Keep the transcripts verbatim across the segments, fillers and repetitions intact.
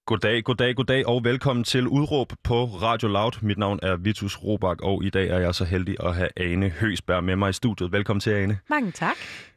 Goddag, goddag, goddag og velkommen til Udråb på Radio Loud. Mit navn er Vitus Robak, og i dag er jeg så heldig at have Ane Høgsberg med mig i studiet. Velkommen til, Ane. Mange tak.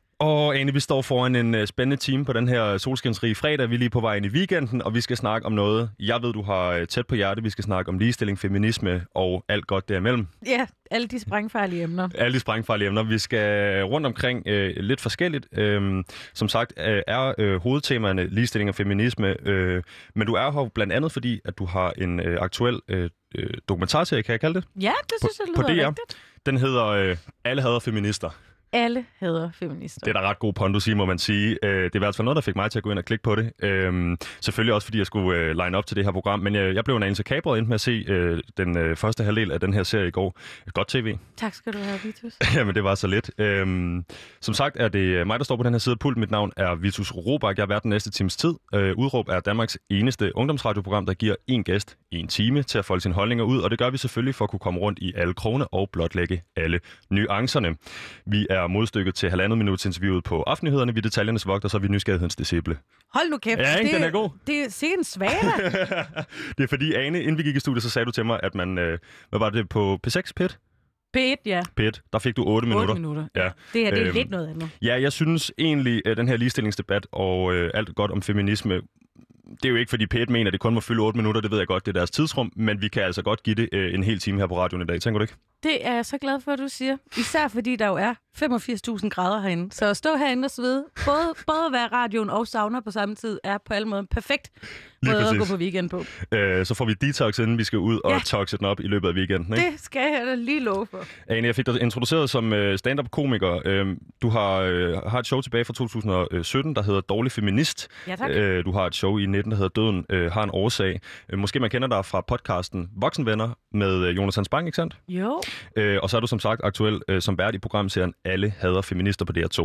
Og Ane, vi står foran en uh, spændende time på den her solskinsrige fredag. Vi er lige på vej ind i weekenden, og vi skal snakke om noget, jeg ved, du har uh, tæt på hjerte. Vi skal snakke om ligestilling, feminisme og alt godt derimellem. Ja, alle de sprængfarlige emner. Alle de sprængfarlige emner. Vi skal rundt omkring uh, lidt forskelligt. Uh, som sagt uh, er uh, hovedtemaerne ligestilling og feminisme. Uh, men du er her blandt andet, fordi at du har en uh, aktuel uh, dokumentarserie, kan jeg kalde det? Ja, det synes jeg lyder rigtigt. Den hedder uh, Alle hader feminister. Alle hader feminister. Det er der ret god pondus i, må man sige. Det er i hvert fald noget, der fik mig til at gå ind og klikke på det. Øhm, selvfølgelig også, fordi jeg skulle line op til det her program. Men jeg, jeg blev en anelse kabret ind med at se øh, den øh, første halvdel af den her serie i går. Godt tv. Tak skal du have, Vitus. Jamen, det var så lidt. Øhm, som sagt er det mig, der står på den her side af pult. Mit navn er Vitus Robak. Jeg har været den næste times tid. Øh, Udråb er Danmarks eneste ungdomsradioprogram, der giver en gæst en time til at folde sine holdninger ud. Og det gør vi selvfølgelig for at kunne komme rundt i alle krogene og blotlægge alle nuancerne. Vi er modstykket til halvandet minuts interviewet på Aftennyhederne. Vi er detaljernes vogter, så er vi nysgerrighedens disciple. Hold nu kæft. Ja, ikke? Det, den er god. Det er sikkert en svag. Det er fordi, Ane, inden vi gik i studiet, så sagde du til mig, at man, øh, hvad var det, på P seks, P et? P et, ja. P et, der fik du otte minutter. otte minutter. Ja. Det her, det er øhm, lidt noget andet. Ja, jeg synes egentlig, at den her ligestillingsdebat og øh, alt godt om feminisme, det er jo ikke, fordi P et mener, at det kun må fylde otte minutter, det ved jeg godt, det er deres tidsrum, men vi kan altså godt give det øh, en hel time her på radioen i dag. Tænker du ikke? Det er jeg så glad for, at du siger. Især fordi der jo er femogfirs tusind grader herinde. Så at stå herinde og svede, både, både at være radioen og sauna på samme tid, er på alle måder perfekt måde at gå på weekend på. Øh, så får vi detox, inden vi skal ud og ja. toxe den op i løbet af weekenden, ikke? Det skal jeg da lige love for. Ane, jeg fik dig introduceret som øh, stand-up-komiker. Øh, du har, øh, har et show tilbage fra to tusind og sytten, der hedder Dårlig Feminist. Ja, tak. Øh, du har et show i nitten, der hedder Døden øh, har en årsag. Øh, måske man kender dig fra podcasten Voksenvenner med øh, Jonas Hans Bang, ikke sandt? Jo. Øh, og så er du som sagt aktuel øh, som vært i programserien Alle hader feminister på D R to.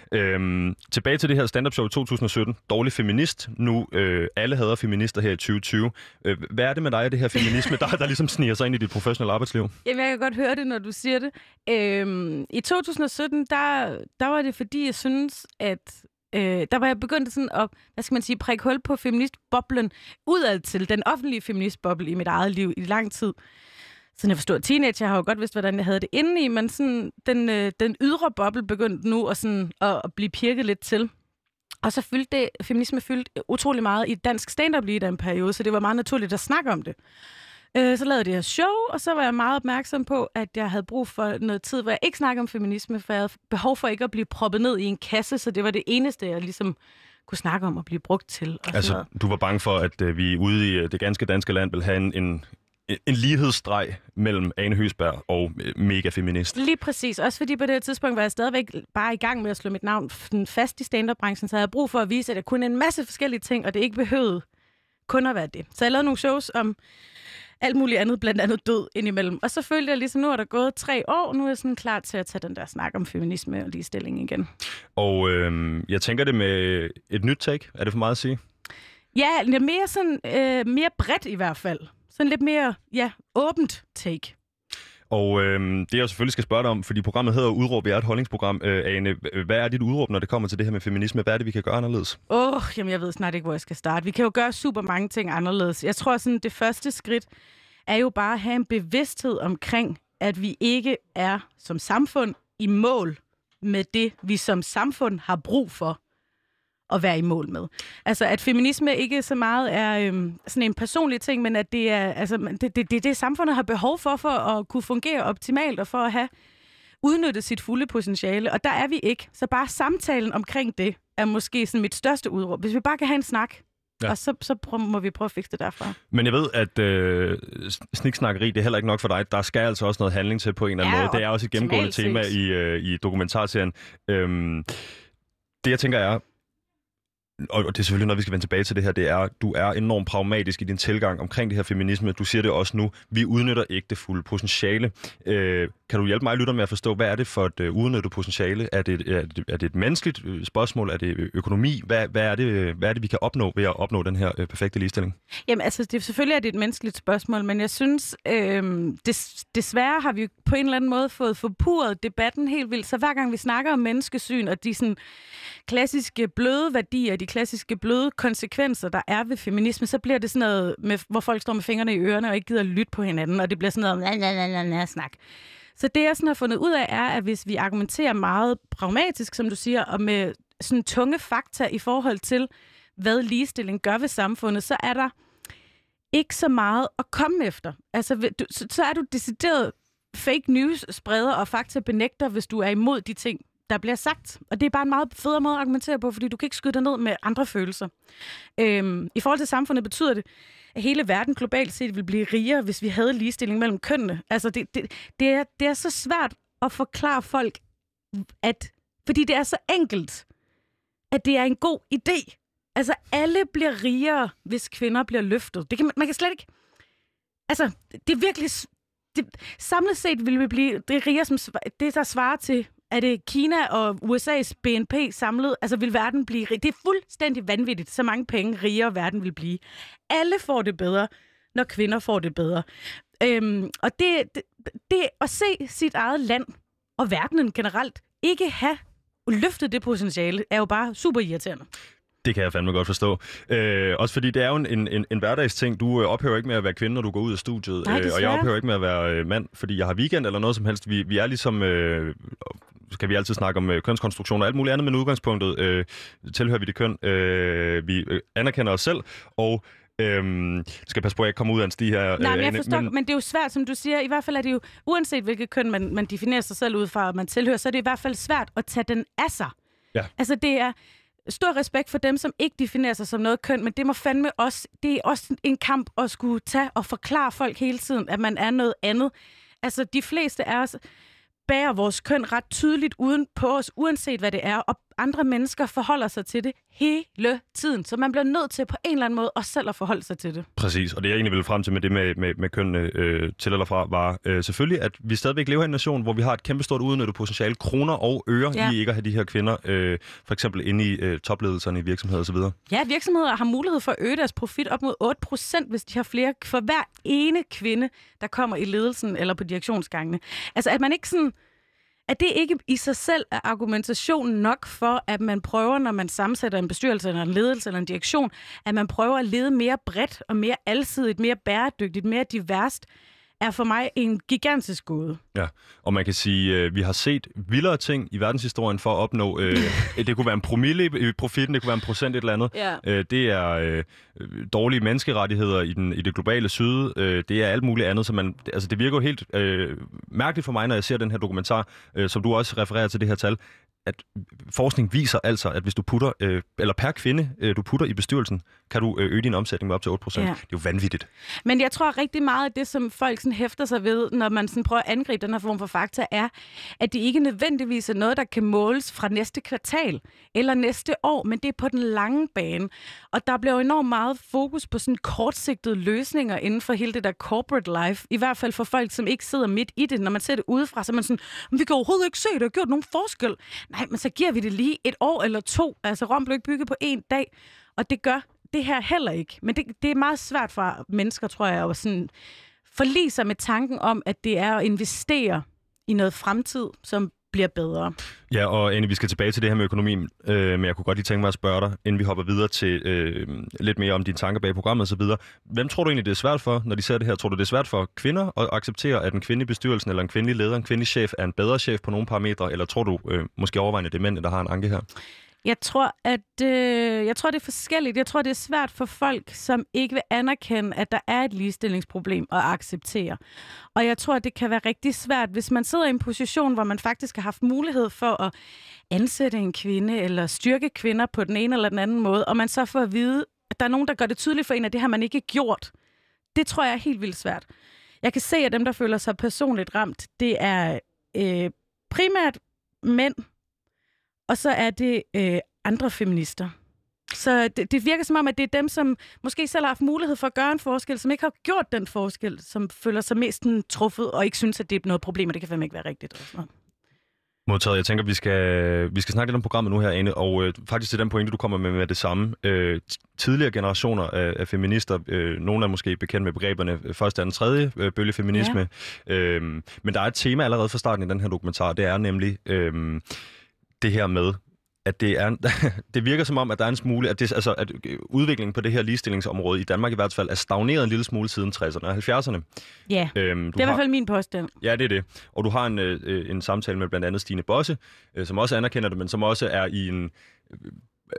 Øh, tilbage til det her stand-up show i to tusind og sytten. Dårlig Feminist. Nu øh, Alle hader feminister her i tyve tyve. Øh, hvad er det med dig og det her feminisme, der, der ligesom sniger sig ind i dit professionelle arbejdsliv? Jamen, jeg kan godt høre det, når du siger det. Øhm, I to tusind og sytten, der, der var det, fordi jeg synes, at øh, der var jeg begyndt sådan at, hvad skal man sige, prikke hul på feministboblen udad til den offentlige feministboble i mit eget liv i lang tid. Siden jeg forstod teenager, jeg har jo godt vidst, hvordan jeg havde det inde i, men sådan, den, øh, den ydre boble begyndte nu at, sådan, at, at blive pirket lidt til. Og så fyldte det, feminisme fyldte utrolig meget i dansk stand-up lige i den periode, så det var meget naturligt at snakke om det. Øh, så lavede jeg det her show, og så var jeg meget opmærksom på, at jeg havde brug for noget tid, hvor jeg ikke snakkede om feminisme, for jeg havde behov for ikke at blive proppet ned i en kasse, så det var det eneste, jeg ligesom kunne snakke om at blive brugt til. Og altså, du var bange for, at øh, vi ude i øh, det ganske danske land ville have en, en, en lighedsstreg mellem Ane Høgsberg og øh, mega-feminist. Lige præcis. Også fordi på det her tidspunkt var jeg stadigvæk bare i gang med at slå mit navn fast i stand-up-branchen, så jeg havde brug for at vise, at jeg kunne en masse forskellige ting, og det ikke behøvede kun at være det. Så jeg lavede nogle shows om alt muligt andet, blandt andet død indimellem. Og så følte jeg ligesom, nu er der gået tre år, nu er jeg sådan klar til at tage den der snak om feminisme og ligestilling igen. Og øh, jeg tænker det med et nyt take. Er det for meget at sige? Ja, mere sådan, øh, mere bredt i hvert fald. Sådan lidt mere, ja, åbent take. Og øh, det jeg selvfølgelig skal spørge dig om, fordi programmet hedder Udråb, vi er et holdningsprogram. Øh, Ane, hvad er dit udråb, når det kommer til det her med feminisme? Hvad er det, vi kan gøre anderledes? Åh, oh, jamen jeg ved snart ikke, hvor jeg skal starte. Vi kan jo gøre super mange ting anderledes. Jeg tror sådan, det første skridt er jo bare at have en bevidsthed omkring, at vi ikke er som samfund i mål med det, vi som samfund har brug for at være i mål med. Altså, at feminisme ikke så meget er øhm, sådan en personlig ting, men at det er altså, det, det, det, det samfundet har behov for, for at kunne fungere optimalt og for at have udnyttet sit fulde potentiale. Og der er vi ikke. Så bare samtalen omkring det er måske sådan mit største udråb. Hvis vi bare kan have en snak, ja. og så, så prøv, må vi prøve at fikse det derfra. Men jeg ved, at øh, sniksnakkeri, det er heller ikke nok for dig. Der skal altså også noget handling til på en eller anden ja, måde. Det er også et gennemgående tema i, øh, i dokumentarserien. Øhm, det, jeg tænker er, og det er selvfølgelig noget, vi skal vende tilbage til det her, det er, du er enormt pragmatisk i din tilgang omkring det her feminisme. Du siger det også nu, vi udnytter ikke det fulde potentiale. Øh, kan du hjælpe mig, lytter, med at forstå, hvad er det for et øh, udnyttet potentiale? Er det, er, det, er det et menneskeligt øh, spørgsmål? Er det økonomi? Hvad, hvad, er det, hvad er det, vi kan opnå ved at opnå den her øh, perfekte ligestilling? Jamen altså, det, selvfølgelig er det et menneskeligt spørgsmål, men jeg synes, øh, des, desværre har vi på en eller anden måde fået forpurret debatten helt vildt. Så hver gang vi snakker om menneskesyn og de sådan klassiske bløde værdier, de klassiske bløde konsekvenser, der er ved feminisme, så bliver det sådan noget, med, hvor folk står med fingrene i ørerne og ikke gider lytte på hinanden, og det bliver sådan noget lalalala snak. Så det, jeg sådan har fundet ud af, er, at hvis vi argumenterer meget pragmatisk, som du siger, og med sådan tunge fakta i forhold til, hvad ligestilling gør ved samfundet, så er der ikke så meget at komme efter. Altså, så, så er du decideret fake news spreder og fakta benægter, hvis du er imod de ting, der bliver sagt. Og det er bare en meget federe måde at argumentere på, fordi du kan ikke skyde dig ned med andre følelser. Øhm, I forhold til samfundet betyder det, at hele verden globalt set vil blive rigere, hvis vi havde ligestilling mellem kønnene. Altså, det, det, det, er, det er så svært at forklare folk, at fordi det er så enkelt, at det er en god idé. Altså, alle bliver rigere, hvis kvinder bliver løftet. Det kan man, man kan slet ikke... Altså, det er virkelig... Det, samlet set vil vi blive det rigere, som det, der svarer til, at det Kina og U S A's B N P samlet, altså vil verden blive rig. Det er fuldstændig vanvittigt, så mange penge rigere verden vil blive. Alle får det bedre, når kvinder får det bedre. Øhm, og det, det, det at se sit eget land og verdenen generelt ikke have løftet det potentiale, er jo bare super irriterende. Det kan jeg fandme godt forstå. Øh, også fordi det er jo en, en, en hverdagsting. Du øh, ophører ikke med at være kvinde, når du går ud af studiet. Nej, øh, og jeg ophører ikke med at være øh, mand, fordi jeg har weekend eller noget som helst. Vi, vi er ligesom... Øh, skal vi altid snakke om øh, kønskonstruktion og alt muligt andet, men udgangspunktet øh, tilhører vi det køn. Øh, vi øh, anerkender os selv, og... Øhm, skal passe på, at jeg ikke kommer ud af en sti her. Nej, men jeg forstår, men... men det er jo svært, som du siger. I hvert fald er det jo, uanset hvilket køn man, man definerer sig selv ud fra, at man tilhører, så er det i hvert fald svært at tage den af sig. Ja. Altså, det er stor respekt for dem, som ikke definerer sig som noget køn, men det må fandme også, det er også en kamp at skulle tage og forklare folk hele tiden, at man er noget andet. Altså, de fleste af os bærer vores køn ret tydeligt uden på os, uanset hvad det er, og andre mennesker forholder sig til det hele tiden. Så man bliver nødt til på en eller anden måde også selv at forholde sig til det. Præcis, og det jeg egentlig ville frem til med det med, med, med kønnene øh, til eller fra, var øh, selvfølgelig, at vi stadigvæk lever i en nation, hvor vi har et kæmpestort udnyttet potentiale, kroner og øre, ja. i ikke at have de her kvinder, øh, for eksempel inde i øh, topledelserne i virksomheder osv. Ja, virksomheder har mulighed for at øge deres profit op mod otte procent, hvis de har flere for hver ene kvinde, der kommer i ledelsen eller på direktionsgangene. Altså, at man ikke sådan... at det ikke i sig selv er argumentationen nok for, at man prøver, når man sammensætter en bestyrelse eller en ledelse eller en direktion, at man prøver at lede mere bredt og mere alsidigt, mere bæredygtigt, mere diverst, er for mig en gigantisk gåde. Ja, og man kan sige, at øh, vi har set vildere ting i verdenshistorien for at opnå, øh, det kunne være en promille i profitten, det kunne være en procent et eller andet. Ja. Øh, det er øh, dårlige menneskerettigheder i, den, i det globale syd, øh, det er alt muligt andet, så man, altså det virker jo helt øh, mærkeligt for mig, når jeg ser den her dokumentar, øh, som du også refererer til det her tal, at forskning viser altså, at hvis du putter, øh, eller per kvinde, øh, du putter i bestyrelsen, kan du øh, øge din omsætning med op til otte procent. Ja. Det er jo vanvittigt. Men jeg tror rigtig meget af det, som folk sådan hæfter sig ved, når man sådan prøver at angribe den her form for fakta, er, at det ikke nødvendigvis er noget, der kan måles fra næste kvartal eller næste år, men det er på den lange bane. Og der bliver jo enormt meget fokus på sådan kortsigtede løsninger inden for hele det der corporate life. I hvert fald for folk, som ikke sidder midt i det. Når man ser det udefra, så er man sådan, vi kan overhovedet ikke se, det har gjort nogen forskel. Nej, men så giver vi det lige et år eller to. Altså, Rom blev ikke bygget på en dag, og det gør det her heller ikke. Men det, det er meget svært for mennesker, tror jeg, at sådan forlige sig med tanken om, at det er at investere i noget fremtid, som bliver bedre. Ja, og Annie, vi skal tilbage til det her med økonomien, øh, men jeg kunne godt lige tænke mig at spørge dig, inden vi hopper videre til øh, lidt mere om dine tanker bag programmet osv. Hvem tror du egentlig, det er svært for, når de ser det her? Tror du, det er svært for kvinder at acceptere, at en kvinde i bestyrelsen eller en kvindelig leder, en kvindelig chef er en bedre chef på nogle parametre, eller tror du øh, måske overvejende, det er mænd, der har en anke her? Jeg tror, at øh, jeg tror, det er forskelligt. Jeg tror, det er svært for folk, som ikke vil anerkende, at der er et ligestillingsproblem at acceptere. Og jeg tror, at det kan være rigtig svært, hvis man sidder i en position, hvor man faktisk har haft mulighed for at ansætte en kvinde eller styrke kvinder på den ene eller den anden måde, og man så får at vide, at der er nogen, der gør det tydeligt for en, at det har man ikke gjort. Det tror jeg er helt vildt svært. Jeg kan se, at dem, der føler sig personligt ramt, det er øh, primært mænd, og så er det øh, andre feminister. Så det, det virker som om, at det er dem, som måske selv har haft mulighed for at gøre en forskel, som ikke har gjort den forskel, som føler sig mest truffet og ikke synes, at det er noget problem, og det kan fandme ikke være rigtigt. Og sådan noget. Modtaget. Jeg tænker, vi skal, vi skal snakke lidt om programmet nu her, Ane, og øh, faktisk til den pointe, du kommer med, med det samme. Øh, tidligere generationer af, af feminister, øh, nogle er måske bekendt med begreberne første, anden, tredje øh, bølge feminisme, ja. øh, men der er et tema allerede fra starten i den her dokumentar, det er nemlig øh, det her med, at det er det virker som om, at der er en smule, at, det, altså, at udviklingen på det her ligestillingsområde i Danmark i hvert fald er stagneret en lille smule siden tresserne og halvfjerdserne. Ja, øhm, det er i hvert fald min påstand. Ja, det er det. Og du har en, øh, en samtale med blandt andet Stine Bosse, øh, som også anerkender det, men som også er i en øh,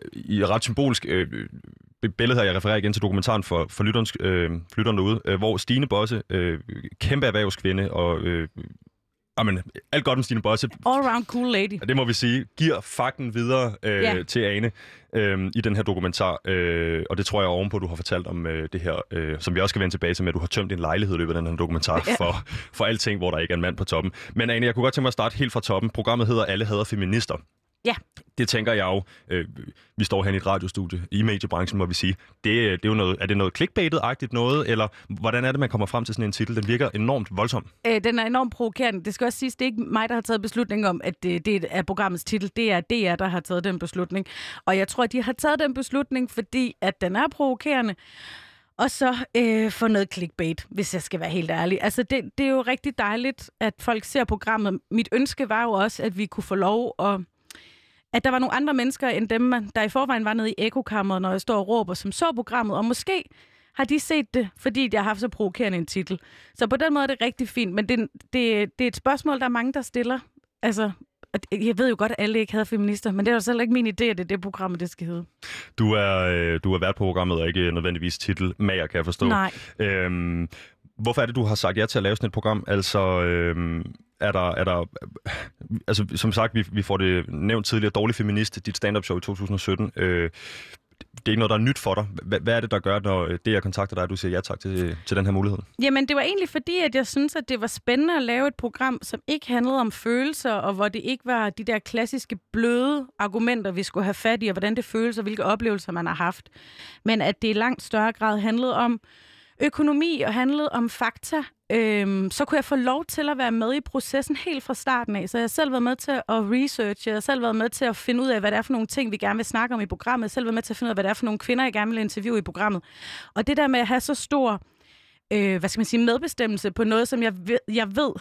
i ret symbolsk øh, billede her, jeg refererer igen til dokumentaren for, for lytteren, øh, lytteren derude, øh, hvor Stine Bosse, øh, kæmpe erhvervskvinde og øh, Jamen, alt godt om Stine Bosse. All around cool lady. Det må vi sige. Giver fakten videre øh, yeah. til Ane øh, i den her dokumentar. Øh, og det tror jeg ovenpå, du har fortalt om øh, det her, øh, som vi også skal vende tilbage til med, at du har tømt din lejlighed i løbet af den her dokumentar yeah. for, for alting, hvor der ikke er en mand på toppen. Men Ane, jeg kunne godt tænke mig at starte helt fra toppen. Programmet hedder Alle hader feminister. Ja. Det tænker jeg jo, øh, vi står her i et radiostudie i mediebranchen, må vi sige. Det, det er jo noget, er det noget clickbaitet-agtigt noget, eller hvordan er det, man kommer frem til sådan en titel? Den virker enormt voldsom. Øh, den er enormt provokerende. Det skal også siges, det er ikke mig, der har taget beslutning om, at det, det er programmets titel. Det er D R, der har taget den beslutning. Og jeg tror, at de har taget den beslutning, fordi at den er provokerende. Og så øh, for noget clickbait, hvis jeg skal være helt ærlig. Altså, det, det er jo rigtig dejligt, at folk ser programmet. Mit ønske var jo også, at vi kunne få lov at at der var nogle andre mennesker end dem, der i forvejen var nede i ekokammeret, når jeg står og råber, som så programmet. Og måske har de set det, fordi jeg har haft så provokerende en titel. Så på den måde er det rigtig fint, men det, det, det er et spørgsmål, der er mange, der stiller. Altså, jeg ved jo godt, at alle ikke havde feminister, men det er jo selv ikke min idé, at det er det programmet, det skal hedde. Du er, du er vært på programmet, og ikke nødvendigvis titelmager, kan jeg forstå. Nej. Øhm, hvorfor er det, du har sagt ja til at lave sådan et program? Altså, øhm, er der, er der, altså som sagt, vi, vi får det nævnt tidligere, Dårlig Feminist, dit stand-up show i to tusind og sytten. Øh, det er ikke noget, der er nyt for dig. Hvad, hvad er det, der gør, når det jeg kontakter dig, at du siger ja tak til, til den her mulighed? Jamen, det var egentlig fordi, at jeg synes, at det var spændende at lave et program, som ikke handlede om følelser, og hvor det ikke var de der klassiske bløde argumenter, vi skulle have fat i, og hvordan det føles, og hvilke oplevelser man har haft. Men at det i langt større grad handlede om økonomi og handlede om fakta, øhm, så kunne jeg få lov til at være med i processen helt fra starten af. Så jeg har selv været med til at researche, jeg har selv været med til at finde ud af, hvad det er for nogle ting, vi gerne vil snakke om i programmet. Jeg har selv været med til at finde ud af, hvad det er for nogle kvinder, jeg gerne vil interviewe i programmet. Og det der med at have så stor øh, hvad skal man sige, medbestemmelse på noget, som jeg ved, jeg ved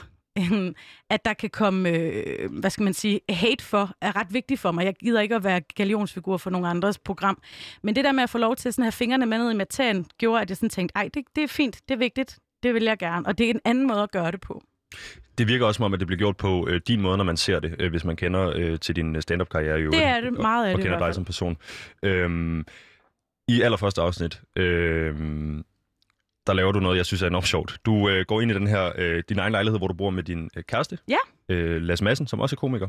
at der kan komme, øh, hvad skal man sige, hate for, er ret vigtigt for mig. Jeg gider ikke at være galionsfigur for nogle andres program. Men det der med at få lov til sådan at have fingrene med ned i materien, gjorde, at jeg sådan tænkte, ej, det, det er fint, det er vigtigt, det vil jeg gerne. Og det er en anden måde at gøre det på. Det virker også som om, at det bliver gjort på øh, din måde, når man ser det, øh, hvis man kender øh, til din stand-up-karriere. Jo, det er det, meget af og, det. Og kender dig som person. Øhm, I allerførste afsnit, øh, der laver du noget, jeg synes er enormt sjovt. Du øh, går ind i den her, øh, din egen lejlighed, hvor du bor med din øh, kæreste, ja. øh, Lasse Madsen, som også er komiker.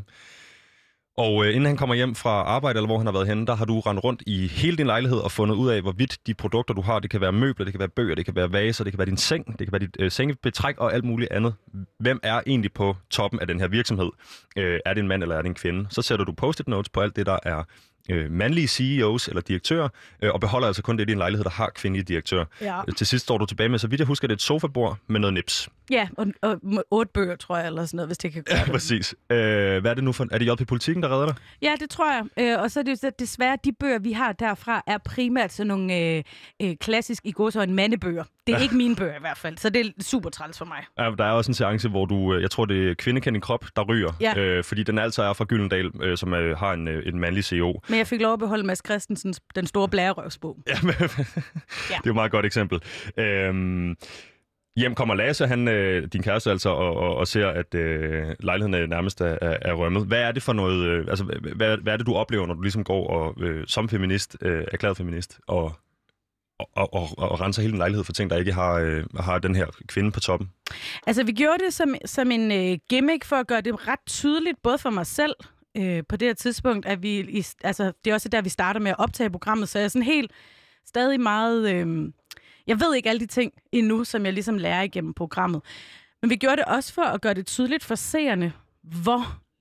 Og øh, inden han kommer hjem fra arbejde, eller hvor han har været henne, der har du rendt rundt i hele din lejlighed og fundet ud af, hvorvidt de produkter, du har, det kan være møbler, det kan være bøger, det kan være vaser, det kan være din seng, det kan være dit øh, sengebetræk og alt muligt andet. Hvem er egentlig på toppen af den her virksomhed? Øh, er det en mand, eller er det en kvinde? Så sætter du post-it notes på alt det, der er øh, mandlige C E O's eller direktører, øh, og beholder altså kun det i din lejlighed, der har kvindelige direktører. Ja. Til sidst står du tilbage med, så vidt jeg husker, det er et sofabord med noget nips. Ja, og, og otte bøger, tror jeg, eller sådan noget, hvis det kan gøre ja, det. Præcis. Øh, hvad er det nu for? Er det J P Politikken, der redder dig? Ja, det tror jeg. Øh, og så er det jo desværre, de bøger, vi har derfra, er primært sådan nogle øh, øh, klassisk i gåseøjne mandebøger. Det er ja. ikke mine bøger i hvert fald, så det er super træls for mig. Ja, der er også en seance, hvor du, jeg tror, det er Kvinde kend din krop, der ryger. Ja. Øh, fordi den altså er fra Gyldendal, øh, som øh, har en, øh, en mandlig C E O. Men jeg fik lov at beholde Mads Christensens Den Store Blærerøvsbog. Ja, men, ja. Det er jo et meget godt eksempel. Øhm, hjem kommer Lasse, han, øh, din kæreste altså, og, og, og ser, at øh, lejligheden nærmest er, er, er rømmet. Hvad er det for noget, øh, altså, hvad, hvad er det, du oplever, når du ligesom går og, øh, som feminist, øh, erklæret feminist, og Og, og, og renser hele den lejlighed for ting, der ikke har, øh, har den her kvinde på toppen? Altså, vi gjorde det som, som en øh, gimmick for at gøre det ret tydeligt, både for mig selv øh, på det her tidspunkt, at vi, i, altså, det er også der, vi starter med at optage programmet, så jeg er sådan helt stadig meget... Øh, jeg ved ikke alle de ting endnu, som jeg ligesom lærer igennem programmet. Men vi gjorde det også for at gøre det tydeligt for seerne, hvor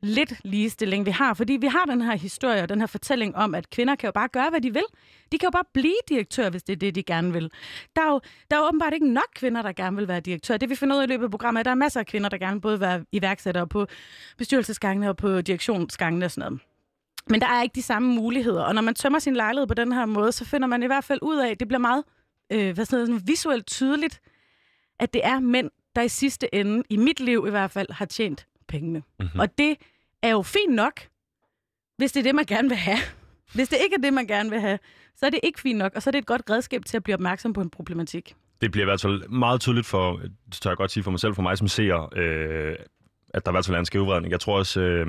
lidt ligestilling, vi har. Fordi vi har den her historie og den her fortælling om, at kvinder kan jo bare gøre, hvad de vil. De kan jo bare blive direktør, hvis det er det, de gerne vil. Der er jo, der er jo åbenbart ikke nok kvinder, der gerne vil være direktør. Det vi finder ud af i løbet af programmet, at der er masser af kvinder, der gerne vil både være iværksættere på bestyrelsesgangene og på direktionsgangene og sådan noget. Men der er ikke de samme muligheder. Og når man tømmer sin lejlighed på den her måde, så finder man i hvert fald ud af, at det bliver meget øh, hvad sådan noget, visuelt tydeligt, at det er mænd, der i sidste ende, i mit liv i hvert fald, har tjent pengene. Mm-hmm. Og det er jo fint nok, hvis det er det, man gerne vil have. Hvis det ikke er det, man gerne vil have, så er det ikke fint nok, og så er det et godt redskab til at blive opmærksom på en problematik. Det bliver i hvert fald meget tydeligt for, det tør jeg godt sige for mig selv, for mig som seer, øh, at der i hvert fald er en skævvredning. Jeg tror også, øh,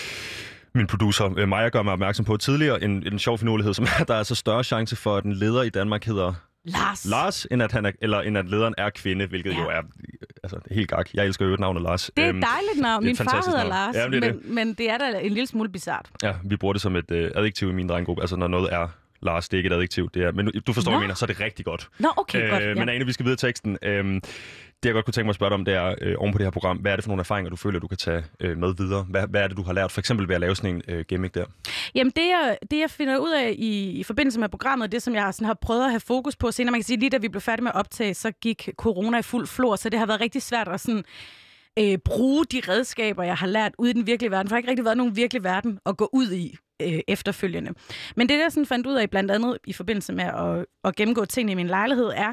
min producer øh, Maja gør mig opmærksom på tidligere, en, en sjov finurlighed, som er, der er så større chance for, at en leder i Danmark hedder Lars, Lars end, at han er, eller end at lederen er kvinde, hvilket ja. jo er altså, helt gak. Jeg elsker jo navnet Lars. Det er et dejligt navn. Min far hedder navn. Lars, ja, det men, det. men det er da en lille smule bizart. Ja, vi bruger det som et øh, adjektiv i min drengegruppe. Altså, når noget er Lars, det er ikke et adjektiv. Det er, men du forstår, Nå. hvad jeg mener, så er det rigtig godt. Nå, okay, øh, godt. Ja. Men Ane, vi skal videre i teksten. Øh, det, jeg godt kunne tænke mig at spørge dig om, det er øh, oven på det her program. Hvad er det for nogle erfaringer, du føler, du kan tage øh, med videre? Hvad, hvad er det, du har lært, for eksempel ved at lave sådan en øh, gimmick der? Jamen, det jeg, det jeg finder ud af i, i forbindelse med programmet, det som jeg sådan har prøvet at have fokus på senere, man kan sige, lige da vi blev færdige med at optage, så gik corona i fuld flor, så det har været rigtig svært at sådan, øh, bruge de redskaber, jeg har lært ude i den virkelige verden. For der har ikke rigtig været nogen virkelig verden at gå ud i øh, efterfølgende. Men det, jeg sådan fandt ud af, blandt andet i forbindelse med at, at gennemgå tingene i min lejlighed, er,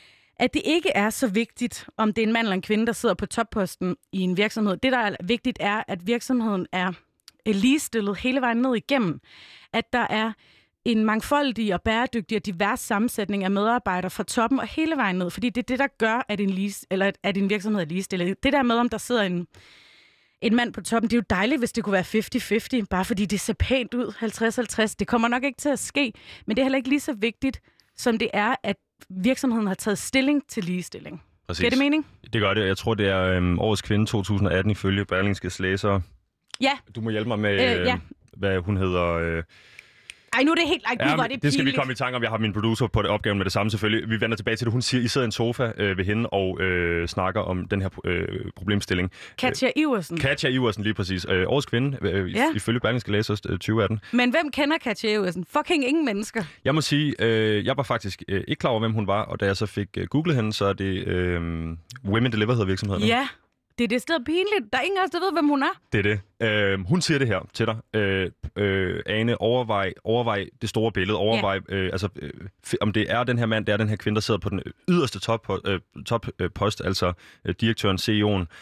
at det ikke er så vigtigt, om det er en mand eller en kvinde, der sidder på topposten i en virksomhed. Det, der er vigtigt, er, at virksomheden er ligestillet hele vejen ned igennem. At der er en mangfoldig og bæredygtig og divers sammensætning af medarbejdere fra toppen og hele vejen ned. Fordi det er det, der gør, at en, lige, eller at en virksomhed er ligestillet. Det der med, om der sidder en, en mand på toppen, det er jo dejligt, hvis det kunne være halvtreds halvtreds, bare fordi det ser pænt ud, halvtreds halvtreds. Det kommer nok ikke til at ske, men det er heller ikke lige så vigtigt, som det er, at virksomheden har taget stilling til ligestilling. Præcis. Giver det mening? Det gør det. Jeg tror, det er øhm, årets kvinde to tusind atten ifølge Berlingskes læser. Ja. Du må hjælpe mig med, øh, ja. hvad hun hedder. Øh... Ej, nu er det helt... Ej, gud, ja, var det det skal pinligt. vi komme i tanke om. Jeg har min producer på det opgave med det samme selvfølgelig. Vi vender tilbage til det. Hun siger, I sidder i en sofa øh, ved hende og øh, snakker om den her øh, problemstilling. Katja Iversen. Katja Iversen, lige præcis. Øh, årets kvinde, øh, ja. ifølge Berlingske læser øh, tyve atten. Men hvem kender Katja Iversen? Fucking ingen mennesker. Jeg må sige, øh, jeg var faktisk øh, ikke klar over, hvem hun var, og da jeg så fik øh, googlet hende, så er det øh, Women Deliver hedder virksomheden. Ja. Det er det sted pinligt. Der er ingen af os, der ved, hvem hun er. Det er det. Øh, hun siger det her til dig. Øh, øh, Ane, overvej, overvej det store billede. Overvej, yeah. øh, altså, øh, om det er den her mand, det er den her kvinde, der sidder på den yderste top, øh, top øh, post, altså øh, direktøren, C E O'en.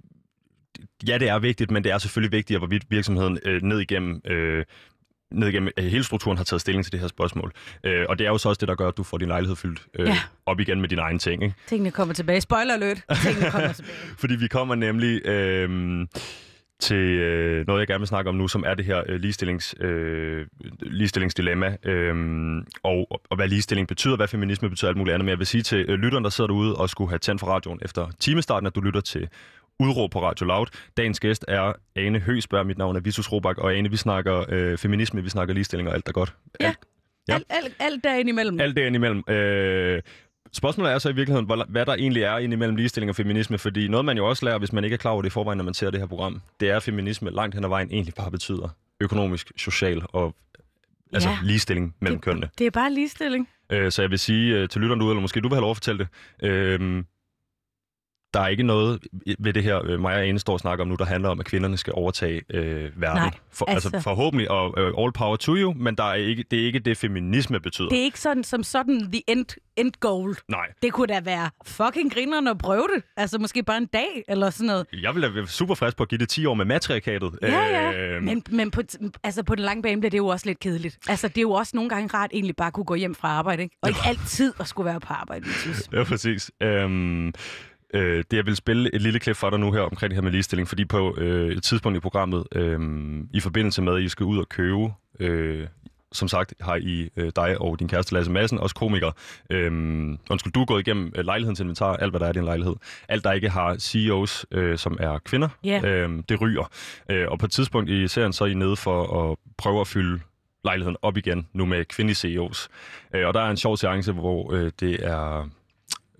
Ja, det er vigtigt, men det er selvfølgelig vigtigt, hvorvidt virksomheden øh, ned igennem... Øh, ned igennem hele strukturen har taget stilling til det her spørgsmål. Øh, og det er jo så også det, der gør, at du får din lejlighed fyldt øh, ja. op igen med dine egne ting. Ikke? Tingene kommer tilbage. Spoiler alert. Tingene kommer tilbage. Fordi vi kommer nemlig øh, til øh, noget, jeg gerne vil snakke om nu, som er det her øh, ligestillings, øh, ligestillingsdilemma. Øh, og, og hvad ligestilling betyder, hvad feminisme betyder, alt muligt andet. Men jeg vil sige til øh, lytteren, der sidder derude og skulle have tændt for radioen efter timestarten, at du lytter til Udråb på Radio Loud. Dagens gæst er Ane Høgsberg. Mit navn er Vitus Robak, og Ane, vi snakker øh, feminisme, vi snakker ligestilling og alt er godt. Ja, alt, ja. alt, alt, alt derinde imellem. Alt derinde imellem. Øh, spørgsmålet er så i virkeligheden, hvad der egentlig er inde imellem ligestilling og feminisme, fordi noget man jo også lærer, hvis man ikke er klar over det i forvejen, når man ser det her program, det er, at feminisme langt hen ad vejen egentlig bare betyder økonomisk, social og altså ja. ligestilling mellem det, kønnene. Det er bare ligestilling. Øh, så jeg vil sige øh, til lytteren derude, eller måske du vil have lov at fortælle det, øh, der er ikke noget ved det her, mig og Ane står og snakker om nu, der handler om, at kvinderne skal overtage øh, verden. Nej, For, altså. altså forhåbentlig, og uh, all power to you, men der er ikke, det er ikke det, feminisme betyder. Det er ikke sådan, som sådan the end, end goal. Nej. Det kunne da være fucking grinerne at prøve det. Altså måske bare en dag, eller sådan noget. Jeg vil være super frisk på at give det ti år med matriarkatet. Ja, ja. Øh, men men på, altså på den lange bane bliver det jo også lidt kedeligt. Altså det er jo også nogle gange rart egentlig bare kunne gå hjem fra arbejde, ikke? Og ikke altid at skulle være på arbejde, jeg synes. Ja, præcis. Øhm... Øh, det jeg vil spille et lille klip for dig nu her omkring det her med ligestilling, fordi på øh, et tidspunkt i programmet, øh, i forbindelse med, at I skal ud og købe, øh, som sagt har I øh, dig og din kæreste Lasse Madsen, også komiker. Øh, undskyld, du er gået igennem øh, lejlighedens inventar, alt hvad der er i din lejlighed. Alt der ikke har C E O's, øh, som er kvinder, yeah. øh, det ryger. Øh, og på et tidspunkt i serien, så er I nede for at prøve at fylde lejligheden op igen, nu med kvindelige C E O's. Øh, og der er en sjov seance, hvor øh, det er...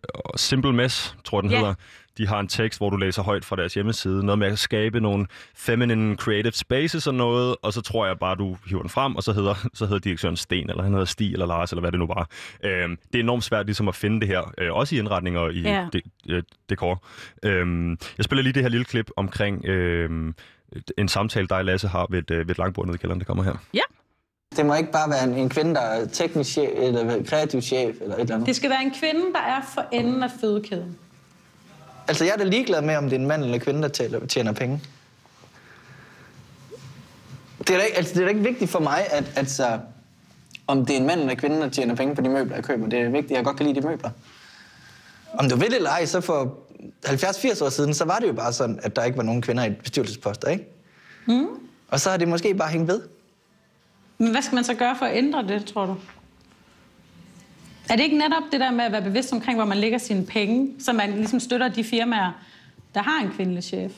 Simple Mess, tror jeg, den yeah. hedder. De har en tekst, hvor du læser højt fra deres hjemmeside. Noget med at skabe nogle feminine creative spaces og noget, og så tror jeg bare, du hiver den frem, og så hedder, så hedder direktøren Sten, eller han hedder Stig, eller Lars, eller hvad det nu var. Øhm, det er enormt svært ligesom at finde det her, øh, også i indretninger og i yeah. de, øh, dekor. Øhm, jeg spiller lige det her lille klip omkring øh, en samtale, dig og Lasse har ved et, ved et langbord nede i kælderen. Det kommer her. Ja. Det må ikke bare være en, en kvinde, der er teknisk chef, eller kreativ chef, eller et eller andet. Det skal være en kvinde, der er for enden af fødekæden. Altså, jeg er da ligeglad med, om det er en mand eller en kvinde, der tjener, tjener penge. Det er, da ikke, altså, det er da ikke vigtigt for mig, at, at så, om det er en mand eller en kvinde, der tjener penge på de møbler, jeg køber. Det er vigtigt, at jeg godt kan lide de møbler. Om du vil eller ej, så for halvfjerds til firs år siden, så var det jo bare sådan, at der ikke var nogen kvinder i bestyrelsesposter, ikke? Mm. Og så har det måske bare hængt ved. Men hvad skal man så gøre for at ændre det, tror du? Er det ikke netop det der med at være bevidst omkring, hvor man lægger sine penge, så man ligesom støtter de firmaer, der har en kvindelig chef?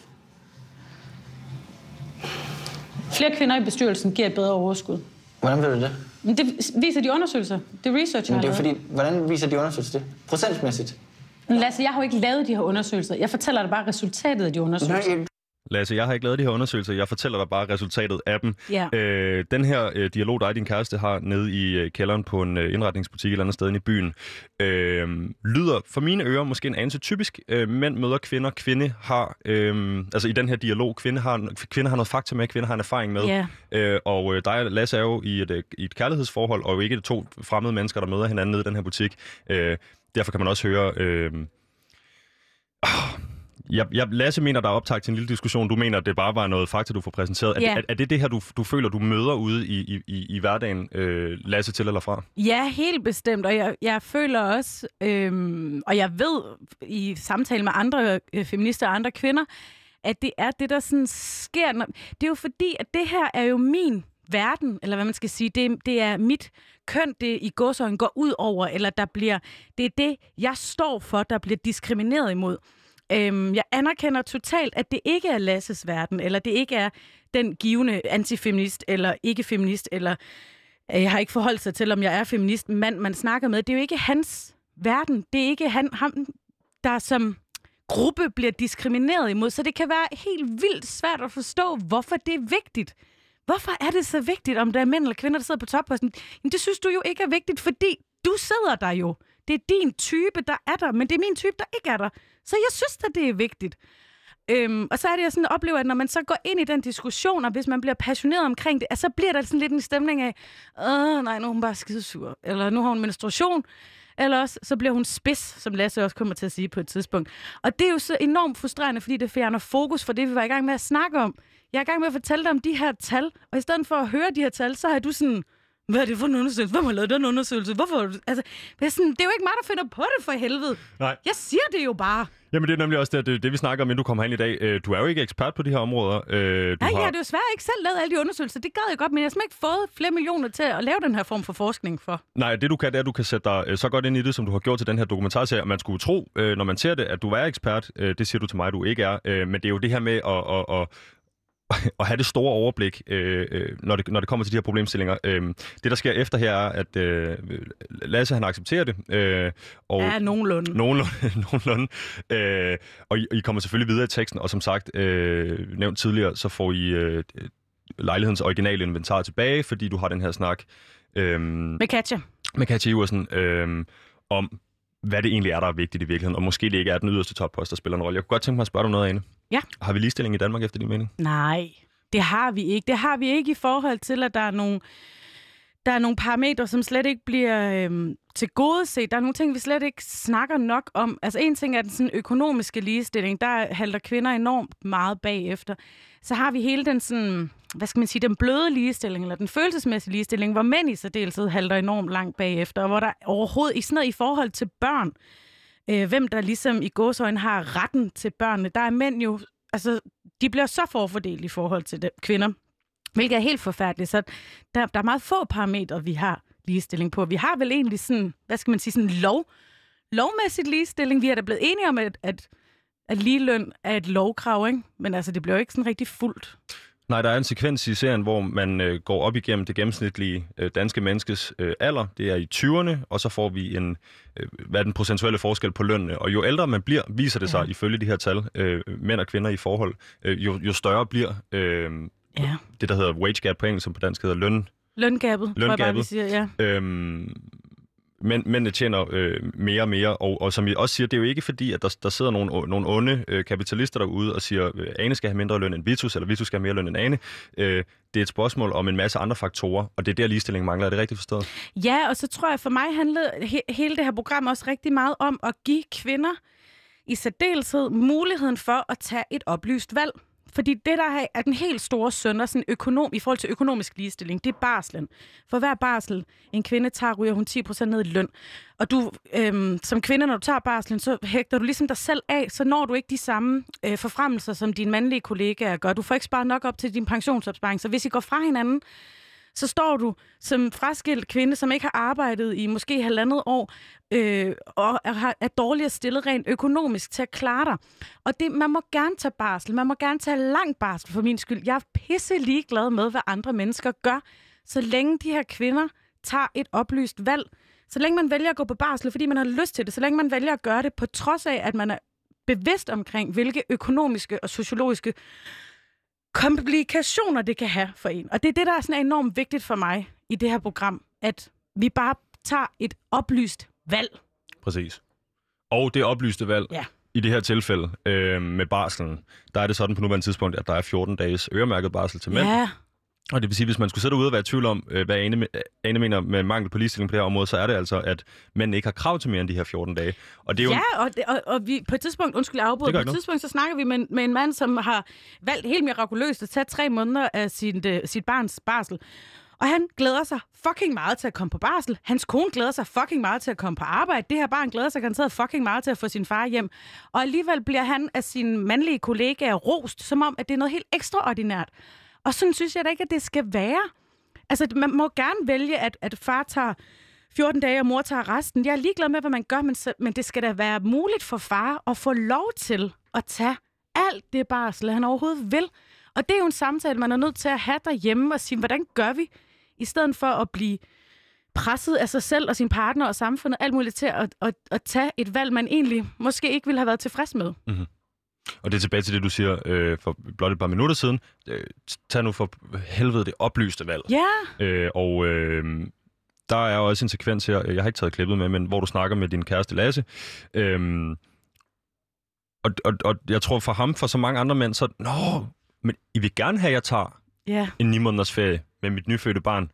Flere kvinder i bestyrelsen giver et bedre overskud. Hvordan ved du det? Men det viser de undersøgelser. Det er research, jeg Men det er har fordi, hvordan viser de undersøgelser det? Procentsmæssigt? Lasse, jeg har jo ikke lavet de her undersøgelser. Jeg fortæller dig bare resultatet af de undersøgelser. Nej. Lasse, jeg har ikke lavet de her undersøgelser. Jeg fortæller dig bare resultatet af dem. Ja. Øh, den her øh, dialog, dig og din kæreste har nede i øh, kælderen på en øh, indretningsbutik et eller andet sted inde i byen, øh, lyder for mine ører måske en anelse typisk. Øh, mænd møder kvinder. Kvinde har, øh, altså i den her dialog, kvinde har, kvinde har noget fakta med, kvinde har en erfaring med. Yeah. Øh, og øh, dig og Lasse er jo i et, øh, i et kærlighedsforhold, og jo ikke to fremmede mennesker, der møder hinanden nede i den her butik. Øh, derfor kan man også høre... Øh, Jeg, jeg, Lasse mener, der er optakt til en lille diskussion. Du mener, at det bare var noget fakta, du får præsenteret. Er, ja. er, er det det her, du, du føler, du møder ude i, i, i hverdagen, øh, Lasse, til eller fra? Ja, helt bestemt. Og jeg, jeg føler også, øhm, og jeg ved i samtale med andre øh, feminister og andre kvinder, at det er det, der sådan sker. Når, det er jo fordi, at det her er jo min verden, eller hvad man skal sige. Det, det er mit køn, det i gåseøjne går ud over, eller der bliver, det er det, jeg står for, der bliver diskrimineret imod. Øhm, jeg anerkender totalt, at det ikke er Lasses verden, eller det ikke er den givende antifeminist, eller ikke-feminist, eller øh, jeg har ikke forholdt sig til, om jeg er feminist, mand, man snakker med. Det er jo ikke hans verden. Det er ikke han, ham, der som gruppe bliver diskrimineret imod. Så det kan være helt vildt svært at forstå, hvorfor det er vigtigt. Hvorfor er det så vigtigt, om der er mænd eller kvinder, der sidder på topposten? Jamen, det synes du jo ikke er vigtigt, fordi du sidder der jo. Det er din type, der er der, men det er min type, der ikke er der. Så jeg synes, at det er vigtigt. Øhm, og så er det, jeg sådan oplever, at når man så går ind i den diskussion, og hvis man bliver passioneret omkring det, så bliver der sådan lidt en stemning af, åh nej, nu er hun bare skidesur, eller nu har hun menstruation, eller også så bliver hun spids, som Lasse også kommer til at sige på et tidspunkt. Og det er jo så enormt frustrerende, fordi det fjerner fokus for det, vi var i gang med at snakke om. Jeg er i gang med at fortælle dig om de her tal, og i stedet for at høre de her tal, så har du sådan... Hvad er det for en undersøgelse? Hvem har lavet den undersøgelse? Hvorfor? Altså, det, er sådan, det er jo ikke mig, der finder på det for helvede. Nej. Jeg siger det jo bare. Jamen, det er nemlig også det, det, det vi snakker om, inden du kommer herind i dag. Du er jo ikke ekspert på de her områder. Du Nej, har... jeg har desværre ikke selv lavet alle de undersøgelser. Det gad jeg godt, men jeg har simpelthen ikke fået flere millioner til at lave den her form for forskning for. Nej, det du kan, det er, at du kan sætte dig så godt ind i det, som du har gjort til den her dokumentarserie. Man skulle tro, når man ser det, at du er ekspert. Det siger du til mig, du ikke er. Men det er jo det her med at... at, at at have det store overblik, øh, når, det, når det kommer til de her problemstillinger. Øh, det, der sker efter her, er, at øh, Lasse, han accepterer det. Øh, og ja, nogenlunde. Nogenlunde. nogenlunde øh, og I, I kommer selvfølgelig videre i teksten, og som sagt, øh, nævnt tidligere, så får I øh, lejlighedens originale inventar tilbage, fordi du har den her snak øh, med Katja. Med Katja Iversen øh, om, hvad det egentlig er, der er vigtigt i virkeligheden, og måske det ikke er den yderste toppost, der spiller en rolle. Jeg kunne godt tænke mig at spørge dig noget, Ane. Ja. Har vi ligestilling i Danmark efter din mening? Nej, det har vi ikke. Det har vi ikke i forhold til, at der er nogle, der er nogle parametre, som slet ikke bliver øhm, tilgodeset. Der er nogle ting, vi slet ikke snakker nok om. Altså en ting er den sådan økonomiske ligestilling. Der halter kvinder enormt meget bagefter. Så har vi hele den sådan, hvad skal man sige, den bløde ligestilling, eller den følelsesmæssige ligestilling, hvor mænd i særdeleshed halter enormt langt bagefter, og hvor der overhovedet ikke sådan noget i forhold til børn, øh, hvem der ligesom i gåseøjne har retten til børnene. Der er mænd jo, altså, de bliver så forfordelt i forhold til det, kvinder, hvilket er helt forfærdeligt. Så der, der er meget få parametre, vi har ligestilling på. Vi har vel egentlig sådan, hvad skal man sige, sådan lov, lovmæssigt ligestilling. Vi er da blevet enige om, at, at, at ligeløn er et lovkrav, ikke? Men altså, det bliver jo ikke sådan rigtig fuldt. Nej, der er en sekvens i serien, hvor man øh, går op igennem det gennemsnitlige øh, danske menneskes øh, alder. Det er i tyverne, og så får vi en, øh, hvad er den procentuelle forskel på lønnene. Og jo ældre man bliver, viser det sig ja. ifølge de her tal, øh, mænd og kvinder i forhold, øh, jo, jo større bliver øh, ja. det, der hedder wage gap på engelsk, som på dansk hedder løn. Løngabet, tror jeg bare, vi siger, ja. Øhm, Men mændene tjener øh, mere og mere, og, og som I også siger, det er jo ikke fordi, at der, der sidder nogle, nogle onde øh, kapitalister derude og siger, at Ane skal have mindre løn end Vitus, eller Vitus skal have mere løn end Ane. Øh, det er et spørgsmål om en masse andre faktorer, og det er der ligestilling mangler. Er det rigtigt forstået? Ja, og så tror jeg, for mig handlede he- hele det her program også rigtig meget om at give kvinder i særdeleshed muligheden for at tage et oplyst valg. Fordi det, der er den helt store sønder sådan økonom, i forhold til økonomisk ligestilling, det er barslen. For hver barsel, en kvinde tager, ryger hun ti procent ned i løn. Og du, øhm, som kvinde, når du tager barslen, så hægter du ligesom dig selv af, så når du ikke de samme øh, forfremmelser, som dine mandlige kollegaer gør. Du får ikke sparet nok op til din pensionsopsparing. Så hvis I går fra hinanden, så står du som fraskilt kvinde, som ikke har arbejdet i måske halvandet år, øh, og er, er dårligere stillet rent økonomisk til at klare dig. Og det, man må gerne tage barsel, man må gerne tage lang barsel for min skyld. Jeg er pisse ligeglad med, hvad andre mennesker gør, så længe de her kvinder tager et oplyst valg. Så længe man vælger at gå på barsel, fordi man har lyst til det, så længe man vælger at gøre det, på trods af, at man er bevidst omkring, hvilke økonomiske og sociologiske komplikationer det kan have for en. Og det er det, der er sådan enormt vigtigt for mig i det her program, at vi bare tager et oplyst valg. Præcis. Og det oplyste valg, ja. i det her tilfælde øh, med barselen, der er det sådan på nuværende tidspunkt, at der er fjorten dages øremærket barsel til mænd. Ja. Og det vil sige, hvis man skulle sidde ude og være i tvivl om, hvad Ane, Ane mener med mangel på ligestilling på det her område, så er det altså, at mænd ikke har krav til mere end de her fjorten dage. Og det er jo ja, og, det, og, og vi, på et tidspunkt, undskyld afbryde, på et tidspunkt, så snakker vi med, med en mand, som har valgt helt mirakuløst at tage tre måneder af sin, de, sit barns barsel. Og han glæder sig fucking meget til at komme på barsel. Hans kone glæder sig fucking meget til at komme på arbejde. Det her barn glæder sig garanteret fucking meget til at få sin far hjem. Og alligevel bliver han af sine mandlige kollegaer rost, som om, at det er noget helt ekstraordinært. Og sådan synes jeg da ikke, at det skal være. Altså, man må gerne vælge, at, at far tager fjorten dage, og mor tager resten. Jeg er ligeglad med, hvad man gør, men, så, men det skal da være muligt for far at få lov til at tage alt det barsel, han overhovedet vil. Og det er jo en samtale, man er nødt til at have derhjemme og sige, hvordan gør vi? I stedet for at blive presset af sig selv og sin partner og samfundet, alt muligt til at, at, at tage et valg, man egentlig måske ikke ville have været tilfreds med. Mm-hmm. Og det er tilbage til det, du siger øh, for blot et par minutter siden. Øh, tag nu for helvede det oplyste valg. Ja. Øh, og øh, der er også en sekvens her, jeg har ikke taget klippet med, men hvor du snakker med din kæreste Lasse. Øh, og, og, og jeg tror for ham, for så mange andre mænd, så nå, men I vil gerne have, at jeg tager yeah. en ni måneders ferie med mit nyfødte barn.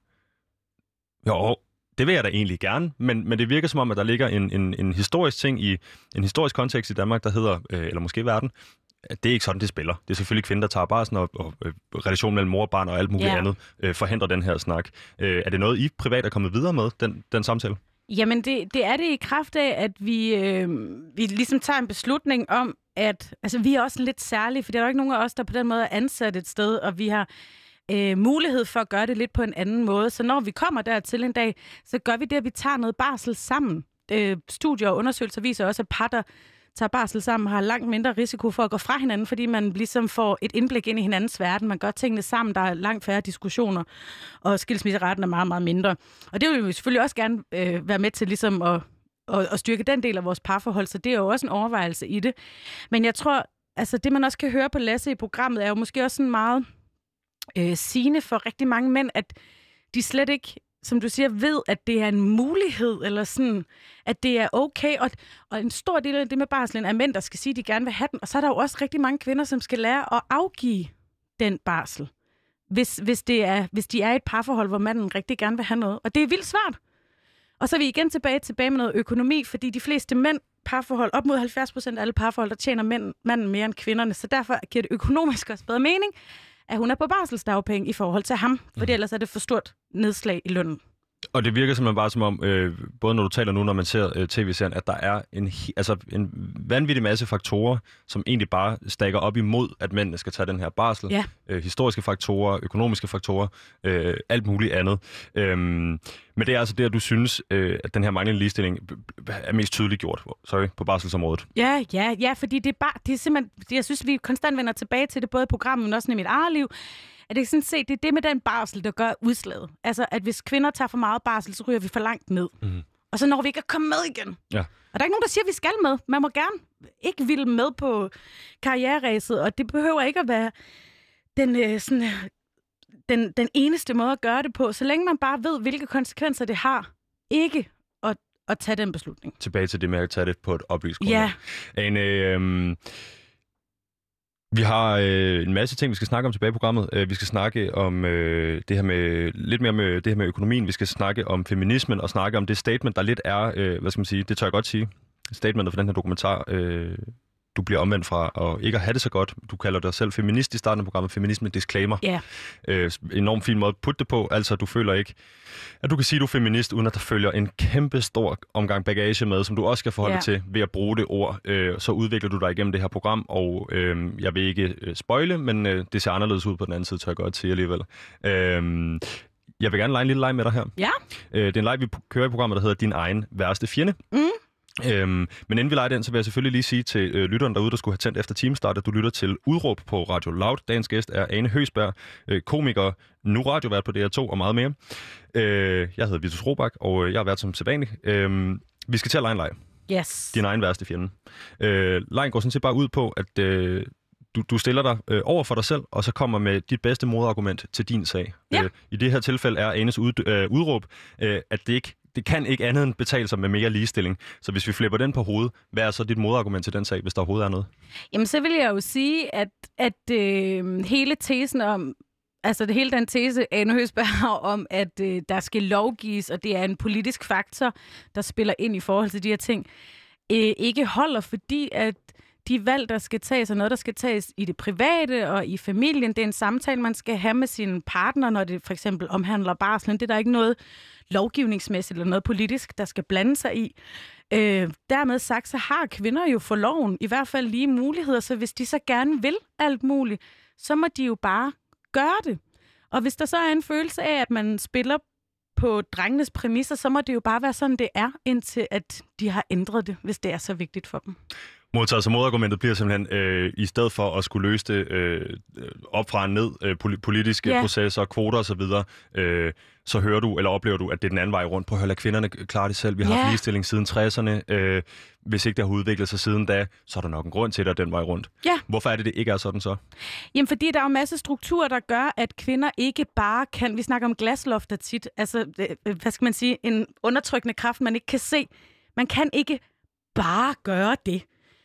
Jo, det vil jeg da egentlig gerne, men, men det virker som om, at der ligger en, en, en historisk ting i en historisk kontekst i Danmark, der hedder, øh, eller måske verden, at det er ikke sådan, det spiller. Det er selvfølgelig kvinder, der tager barsel, og, og øh, relationen mellem mor og barn og alt muligt yeah. andet øh, forhindrer den her snak. Øh, er det noget, I privat er kommet videre med, den, den samtale? Jamen, det, det er det i kraft af, at vi, øh, vi ligesom tager en beslutning om, at altså, vi er også lidt særlige, for der er jo ikke nogen af os, der på den måde er ansat et sted, og vi har øh, mulighed for at gøre det lidt på en anden måde. Så når vi kommer dertil en dag, så gør vi det, at vi tager noget barsel sammen. Øh, studier og undersøgelser viser også, at par, der tager barsel sammen, har langt mindre risiko for at gå fra hinanden, fordi man ligesom får et indblik ind i hinandens verden. Man gør tingene sammen, der er langt færre diskussioner, og skilsmisseraten er meget, meget mindre. Og det vil vi selvfølgelig også gerne øh, være med til ligesom at, at, at styrke den del af vores parforhold, så det er jo også en overvejelse i det. Men jeg tror, altså det man også kan høre på Lasse i programmet, er jo måske også sådan meget øh, sigende for rigtig mange mænd, at de slet ikke, som du siger, ved, at det er en mulighed, eller sådan, at det er okay. Og, og en stor del af det med barslen er mænd, der skal sige, at de gerne vil have den. Og så er der jo også rigtig mange kvinder, som skal lære at afgive den barsel, hvis, hvis, det er, hvis de er i et parforhold, hvor manden rigtig gerne vil have noget. Og det er vildt svært. Og så er vi igen tilbage, tilbage med noget økonomi, fordi de fleste mænd, parforhold, op mod halvfjerds procent af alle parforhold, der tjener mænd, manden mere end kvinderne. Så derfor giver det økonomisk også bedre mening, at hun er på barselsdagpenge i forhold til ham, fordi ellers er det for stort nedslag i lønnen. Og det virker simpelthen bare som om, øh, både når du taler nu, når man ser øh, tv-serien, at der er en, altså en vanvittig masse faktorer, som egentlig bare stakker op imod, at mændene skal tage den her barsel. Ja. Øh, historiske faktorer, økonomiske faktorer, øh, alt muligt andet. Øhm, men det er altså der, du synes, øh, at den her manglende ligestilling er mest tydeligt gjort, sorry, på barselsområdet. Ja, ja, ja, fordi det er bare, det er simpelthen, jeg synes, vi konstant vender tilbage til det, både i programmet, men også i mit eget liv, at det sådan set, det er det med den barsel, der gør udslaget. Altså, at hvis kvinder tager for meget barsel, så ryger vi for langt ned. Mm. Og så når vi ikke at komme med igen. Ja. Og der er ikke nogen, der siger, at vi skal med. Man må gerne ikke ville med på karriereræset, og det behøver ikke at være den, øh, sådan, den, den eneste måde at gøre det på, så længe man bare ved, hvilke konsekvenser det har. Ikke at, at tage den beslutning. Tilbage til det med at tage det på et oplyst grundlag. Ja. Ane, øh, vi har øh, en masse ting, vi skal snakke om tilbage i programmet. Uh, vi skal snakke om øh, det her med lidt mere med det her med økonomien. Vi skal snakke om feminismen og snakke om det statement, der lidt er, øh, hvad skal man sige, det tør jeg godt sige, statementet for den her dokumentar. Øh, du bliver omvendt fra og ikke at have det så godt. Du kalder dig selv feminist i starten af programmet. Feminisme disclaimer. Ja. Yeah. Øh, enormt fin måde at putte det på. Altså, du føler ikke, at du kan sige, at du er feminist, uden at der følger en kæmpe stor omgang bagage med, som du også skal forholde yeah. til ved at bruge det ord. Øh, så udvikler du dig igennem det her program, og øh, jeg vil ikke øh, spoile, men øh, det ser anderledes ud på den anden side, tør jeg godt sige alligevel. Øh, jeg vil gerne lege en lille leg med dig her. Ja. Øh, det er en leg, vi kører i programmet, der hedder Din egen værste fjende. Mm. Øhm, men inden vi leger den, så vil jeg selvfølgelig lige sige til øh, lytteren derude, der skulle have tændt efter Teamstart, at du lytter til Udråb på Radio Loud. Dagens gæst er Ane Høgsberg, øh, komiker, nu radiovært på D R to og meget mere. Øh, jeg hedder Vitus Robak, og øh, jeg har været som sædvanlig. Øh, vi skal til at lege en leg. Yes. Din egen værste fjende. Øh, lejen går sådan set bare ud på, at øh, du, du stiller dig øh, over for dig selv, og så kommer med dit bedste modargument til din sag. Ja. Øh, I det her tilfælde er Anes ud, øh, udråb, øh, at det ikke Det kan ikke andet end betale sig med mere ligestilling. Så hvis vi flipper den på hovedet, hvad er så dit modargument til den sag, hvis der overhovedet er noget? Jamen, så vil jeg jo sige, at, at øh, hele tesen om, altså det hele den tese, Ane Høgsberg har om, at øh, der skal lovgives, og det er en politisk faktor, der spiller ind i forhold til de her ting, øh, ikke holder, fordi at de valg, der skal tages, er noget, der skal tages i det private og i familien. Det er en samtale, man skal have med sin partner, når det for eksempel omhandler barslen. Det er der ikke noget lovgivningsmæssigt eller noget politisk, der skal blande sig i. Øh, dermed sagt, så har kvinder jo for loven i hvert fald lige muligheder, så hvis de så gerne vil alt muligt, så må de jo bare gøre det. Og hvis der så er en følelse af, at man spiller på drengenes præmisser, så må det jo bare være sådan, det er, indtil at de har ændret det, hvis det er så vigtigt for dem. Modtaget, så modargumentet bliver simpelthen, øh, i stedet for at skulle løse det øh, op fra og ned, øh, politiske yeah. processer, kvoter osv., øh, så hører du, eller oplever du, at det er den anden vej rundt. Prøv at høre, lad kvinderne klare det selv. Vi har yeah. haft ligestilling siden tresserne. Øh, hvis ikke det har udviklet sig siden da, så er der nok en grund til, at det er den vej rundt. Yeah. Hvorfor er det, det ikke er sådan så? Jamen, fordi der er en masse strukturer, der gør, at kvinder ikke bare kan... Vi snakker om glaslofter tit. Altså, hvad skal man sige? En undertrykkende kraft, man ikke kan se. Man kan ikke bare gøre det.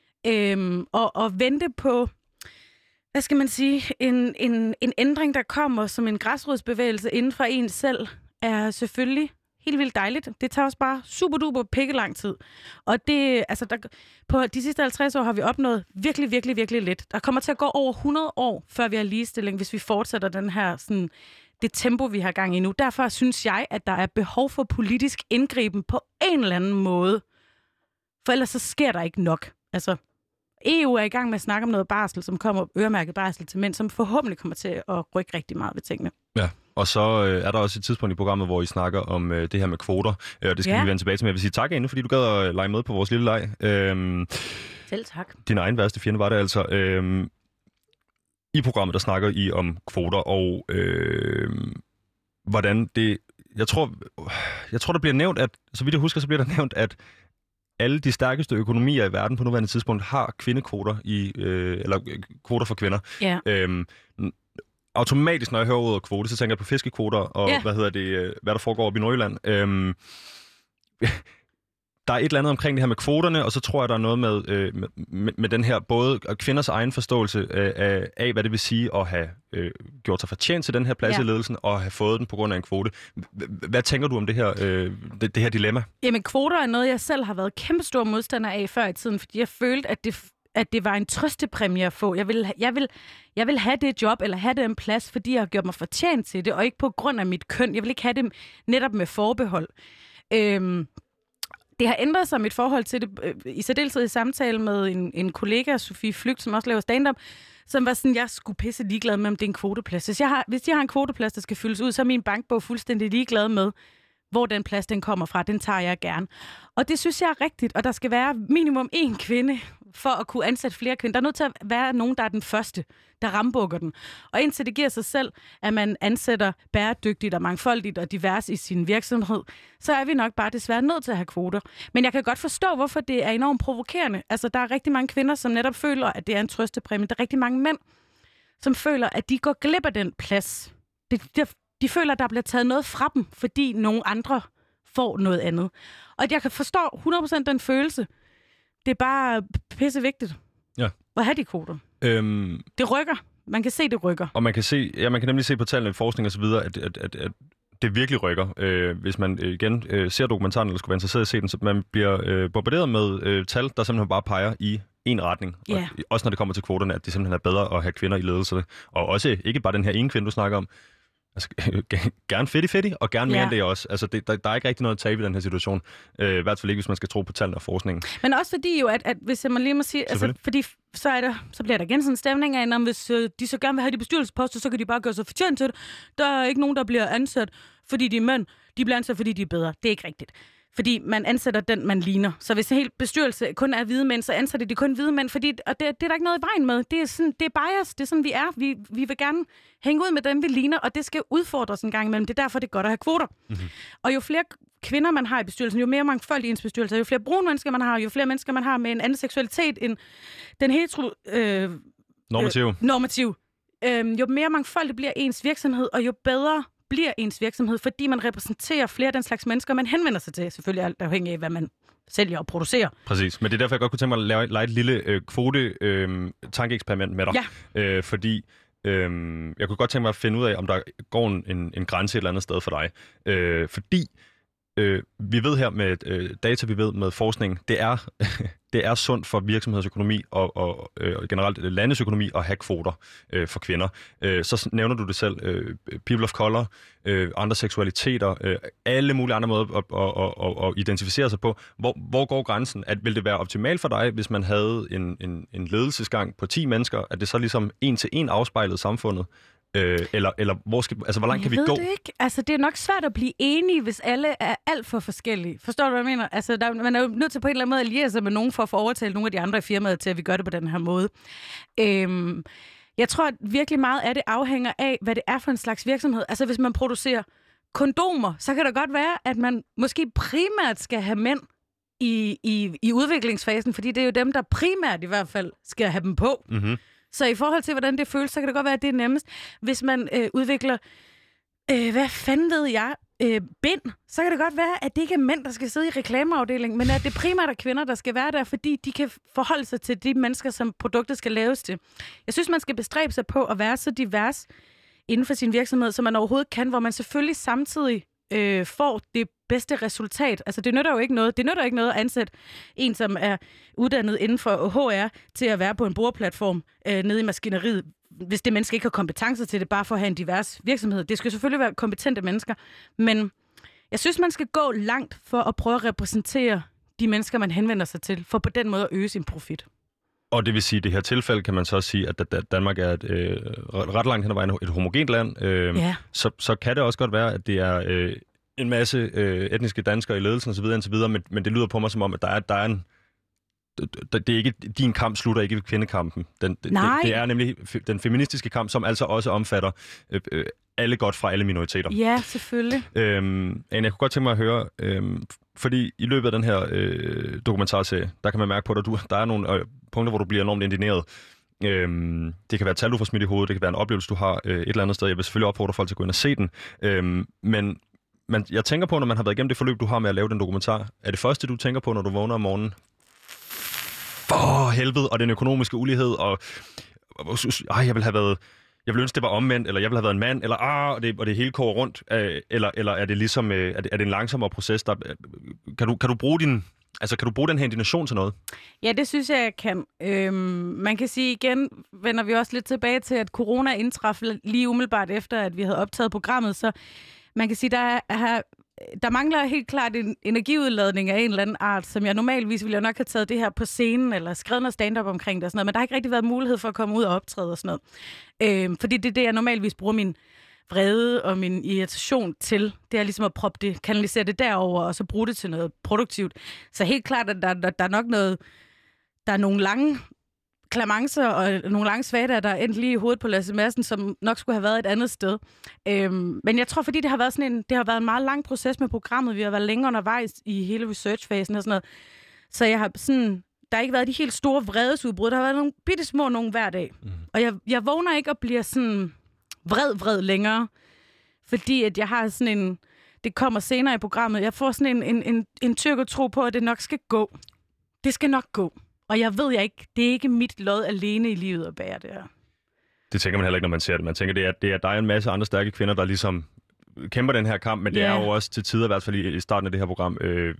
Øhm, og, og vente på, hvad skal man sige, en, en, en ændring, der kommer som en græsrodsbevægelse inden for en selv, er selvfølgelig helt vildt dejligt. Det tager også bare super duper pikke lang tid. Og det, altså, der, på de sidste halvtreds år har vi opnået virkelig, virkelig, virkelig lidt. Der kommer til at gå over hundrede år, før vi har ligestilling, hvis vi fortsætter den her, sådan, det tempo, vi har gang i nu. Derfor synes jeg, at der er behov for politisk indgriben på en eller anden måde. For ellers så sker der ikke nok. Altså, E U er i gang med at snakke om noget barsel, som kommer øremærket barsel til mænd, som forhåbentlig kommer til at rykke rigtig meget ved tingene. Ja, og så øh, er der også et tidspunkt i programmet, hvor I snakker om øh, det her med kvoter, øh, og det skal ja. vi vende tilbage til. Men jeg vil sige tak, Ane, fordi du gad at lege med på vores lille leg. Øhm, Selv tak. Din egen værste fjende var det altså. Øhm, I programmet, der snakker I om kvoter, og øh, hvordan det... Jeg tror, jeg tror, der bliver nævnt, at... Så vidt jeg husker, så bliver der nævnt, at alle de stærkeste økonomier i verden på nuværende tidspunkt har kvindekvoter i øh, eller kvoter for kvinder. Ja. Øhm, automatisk, når jeg hører ordet kvote, så tænker jeg på fiskekvoter og ja. hvad hedder det, hvad der foregår op i Nordjylland. Øhm, der er et eller andet omkring det her med kvoterne, og så tror jeg, der er noget med, øh, med, med den her både kvinders egen forståelse øh, af, hvad det vil sige at have øh, gjort sig fortjent til den her plads ja. i ledelsen, og have fået den på grund af en kvote. Hvad tænker du om det her, øh, det, det her dilemma? Jamen, kvoter er noget, jeg selv har været kæmpestor modstander af før i tiden, fordi jeg følte, at det, at det var en trøstepræmie at få. Jeg vil, jeg, vil, jeg vil have det job, eller have den plads, fordi jeg har gjort mig fortjent til det, og ikke på grund af mit køn. Jeg vil ikke have det netop med forbehold. Øhm, Det har ændret sig mit forhold til det, øh, i særdeleshed i samtale med en, en kollega, Sofie Flygt, som også laver stand-up, som var sådan, jeg skulle pisse ligeglad med, om det er en kvoteplads. Hvis jeg har, hvis jeg har en kvoteplads, der skal fyldes ud, så er min bankbog fuldstændig ligeglad med, hvor den plads den kommer fra. Den tager jeg gerne. Og det synes jeg er rigtigt, og der skal være minimum én kvinde for at kunne ansætte flere kvinder. Der er nødt til at være nogen, der er den første, der rambukker den. Og indtil det giver sig selv, at man ansætter bæredygtigt og mangfoldigt og divers i sin virksomhed, så er vi nok bare desværre nødt til at have kvoter. Men jeg kan godt forstå, hvorfor det er enormt provokerende. Altså, der er rigtig mange kvinder, som netop føler, at det er en trøstepræmie. Der er rigtig mange mænd, som føler, at de går glip af den plads. De, de, de føler, at der bliver taget noget fra dem, fordi nogle andre får noget andet. Og jeg kan forstå hundrede procent den følelse. Det er bare pisse vigtigt ja. at have de kvoter. Øhm, det rykker. Man kan se, det rykker. Og man kan se, ja, man kan nemlig se på tallene i forskning og så videre, at, at, at, at det virkelig rykker. Øh, hvis man øh, igen øh, ser dokumentaren, eller skulle være interesseret i at se den, så man bliver øh, bombarderet med øh, tal, der simpelthen bare peger i en retning. Yeah. Og, også når det kommer til kvoterne, at det simpelthen er bedre at have kvinder i ledelse. Og også ikke bare den her ene kvinde, du snakker om. Altså, gerne fedt i fedt og gerne mere yeah. end det også. Altså, det, der, der er ikke rigtig noget at tabe i den her situation. Øh, I hvert fald ikke, hvis man skal tro på tallene og forskningen. Men også fordi jo, at, at hvis man lige må sige, altså, fordi så, er der, så bliver der igen sådan en stemning af, at hvis øh, de så gerne vil have de bestyrelsesposter, så kan de bare gøre sig fortjent til det. Der er ikke nogen, der bliver ansat, fordi de er mænd. De bliver ansat, fordi de er bedre. Det er ikke rigtigt. Fordi man ansætter den, man ligner. Så hvis en hel bestyrelse kun er hvide mænd, så ansætter de kun hvide mænd, fordi, og det, det er der ikke noget i vejen med. Det er, sådan, det er bias, det er sådan, vi er. Vi, vi vil gerne hænge ud med dem, vi ligner, og det skal udfordres en gang imellem. Det er derfor, det er godt at have kvoter. Mm-hmm. Og jo flere kvinder man har i bestyrelsen, jo mere mangfoldige ens bestyrelse, jo flere brune mennesker man har, jo flere mennesker man har med en anden seksualitet end den hetero... Øh, normativ. Øh, normativ. Øh, jo mere mangfoldig bliver ens virksomhed, og jo bedre bliver ens virksomhed, fordi man repræsenterer flere af den slags mennesker, man henvender sig til. Selvfølgelig alt afhængig af, hvad man sælger og producerer. Præcis, men det er derfor, jeg godt kunne tænke mig at lave, lave et lille øh, kvote-tankeeksperiment øh, med dig. Ja. Øh, fordi øh, jeg kunne godt tænke mig at finde ud af, om der går en, en grænse et eller andet sted for dig. Øh, fordi øh, vi ved her med øh, data, vi ved med forskning, det er... Det er sundt for virksomhedsøkonomi og, og øh, generelt landets økonomi at have kvoter øh, for kvinder. Øh, så nævner du det selv. Øh, people of color, øh, andre seksualiteter, øh, alle mulige andre måder at, at, at, at identificere sig på. Hvor, hvor går grænsen? At, vil det være optimalt for dig, hvis man havde en, en, en ledelsesgang på ti mennesker, at det så ligesom en til en afspejlede samfundet? Øh, eller, eller hvor, skal, altså, hvor langt kan vi gå? Jeg ved det ikke. Altså, det er nok svært at blive enige, hvis alle er alt for forskellige. Forstår du, hvad jeg mener? Altså, der, man er jo nødt til på en eller anden måde at alliere sig med nogen for at få overtalt nogle af de andre i firmaet til, at vi gør det på den her måde. Øhm, jeg tror, at virkelig meget af det afhænger af, hvad det er for en slags virksomhed. Altså, hvis man producerer kondomer, så kan det godt være, at man måske primært skal have mænd i, i, i udviklingsfasen, fordi det er jo dem, der primært i hvert fald skal have dem på. Mm-hmm. Så i forhold til, hvordan det føles, så kan det godt være, at det er nemmest. Hvis man øh, udvikler, øh, hvad fanden ved jeg, øh, bind, så kan det godt være, at det ikke er mænd, der skal sidde i reklameafdelingen, men at det primært er kvinder, der skal være der, fordi de kan forholde sig til de mennesker, som produktet skal laves til. Jeg synes, man skal bestræbe sig på at være så divers inden for sin virksomhed, som man overhovedet kan, hvor man selvfølgelig samtidig øh, får det bedste resultat. Altså, det nytter jo ikke noget. Det nytter ikke noget at ansætte en, som er uddannet inden for H R, til at være på en brugerplatform øh, nede i maskineriet, hvis det menneske ikke har kompetencer til det, bare for at have en divers virksomhed. Det skal selvfølgelig være kompetente mennesker, men jeg synes, man skal gå langt for at prøve at repræsentere de mennesker, man henvender sig til, for på den måde at øge sin profit. Og det vil sige, at i det her tilfælde kan man så også sige, at Danmark er et øh, ret langt hen ad vejen et homogent land. Øh, ja. så, så kan det også godt være, at det er øh, en masse øh, etniske danskere i ledelsen osv., osv. Men, men det lyder på mig som om, at der er, der er en... Det er ikke, din kamp slutter ikke ved kvindekampen. Den, det, det er nemlig den feministiske kamp, som altså også omfatter øh, øh, alle godt fra alle minoriteter. Ja, selvfølgelig. Øhm, Ane, jeg kunne godt tænke mig at høre, øhm, fordi i løbet af den her øh, dokumentarserie, der kan man mærke på, at du, der er nogle øh, punkter, hvor du bliver enormt indigneret. Øhm, det kan være tal, du får smidt i hovedet, det kan være en oplevelse, du har øh, et eller andet sted. Jeg vil selvfølgelig opfordre folk til at gå ind og se den. Øhm, men men jeg tænker på, når man har været igennem det forløb, du har med at lave den dokumentar, er det første, du tænker på, når du vågner om morgenen? For helvede, og den økonomiske ulighed, og ej, jeg vil have været... Jeg vil ønske, det var omvendt, eller jeg vil have været en mand, eller ah, og det, og det hele koger rundt, øh, eller, eller er det ligesom øh, er, det, er det en langsommere proces? Der, øh, kan, du, kan, du bruge din, altså, kan du bruge den her indignation til noget? Ja, det synes jeg, jeg kan. Øhm, man kan sige igen, vender vi også lidt tilbage til, at corona indtraf lige umiddelbart efter, at vi havde optaget programmet, så man kan sige, der er... Der mangler helt klart en energiudladning af en eller anden art, som jeg normalvis ville jo nok have taget det her på scenen, eller skrevet noget stand-up omkring det og sådan noget, men der har ikke rigtig været mulighed for at komme ud og optræde og sådan noget. Øh, fordi det er det, jeg normalvis bruger min vrede og min irritation til. Det er ligesom at proppe det, kanalisere det derover og så bruge det til noget produktivt. Så helt klart, at der, der, der er nok noget... der er nogle lange klamancer og nogle lange svagdage, der er endt lige i hovedet på Lasse Madsen, som nok skulle have været et andet sted. Øhm, men jeg tror, fordi det har været sådan en, det har været en meget lang proces med programmet, vi har været længere undervejs i hele researchfasen og sådan noget, så jeg har sådan, der har ikke været de helt store vredesudbrud, der har været nogle bitte små nogen hver dag. Mm. Og jeg, jeg vågner ikke og bliver sådan vred, vred længere, fordi at jeg har sådan en, det kommer senere i programmet, jeg får sådan en, en, en, en tyrk tro på, at det nok skal gå. Det skal nok gå. Og jeg ved jeg ikke, det er ikke mit lod alene i livet at bære det her. Det tænker man heller ikke, når man ser det. Man tænker, det er, det er der er en masse andre stærke kvinder, der ligesom kæmper den her kamp, men det yeah. er jo også til tider, i hvert fald i starten af det her program, øh,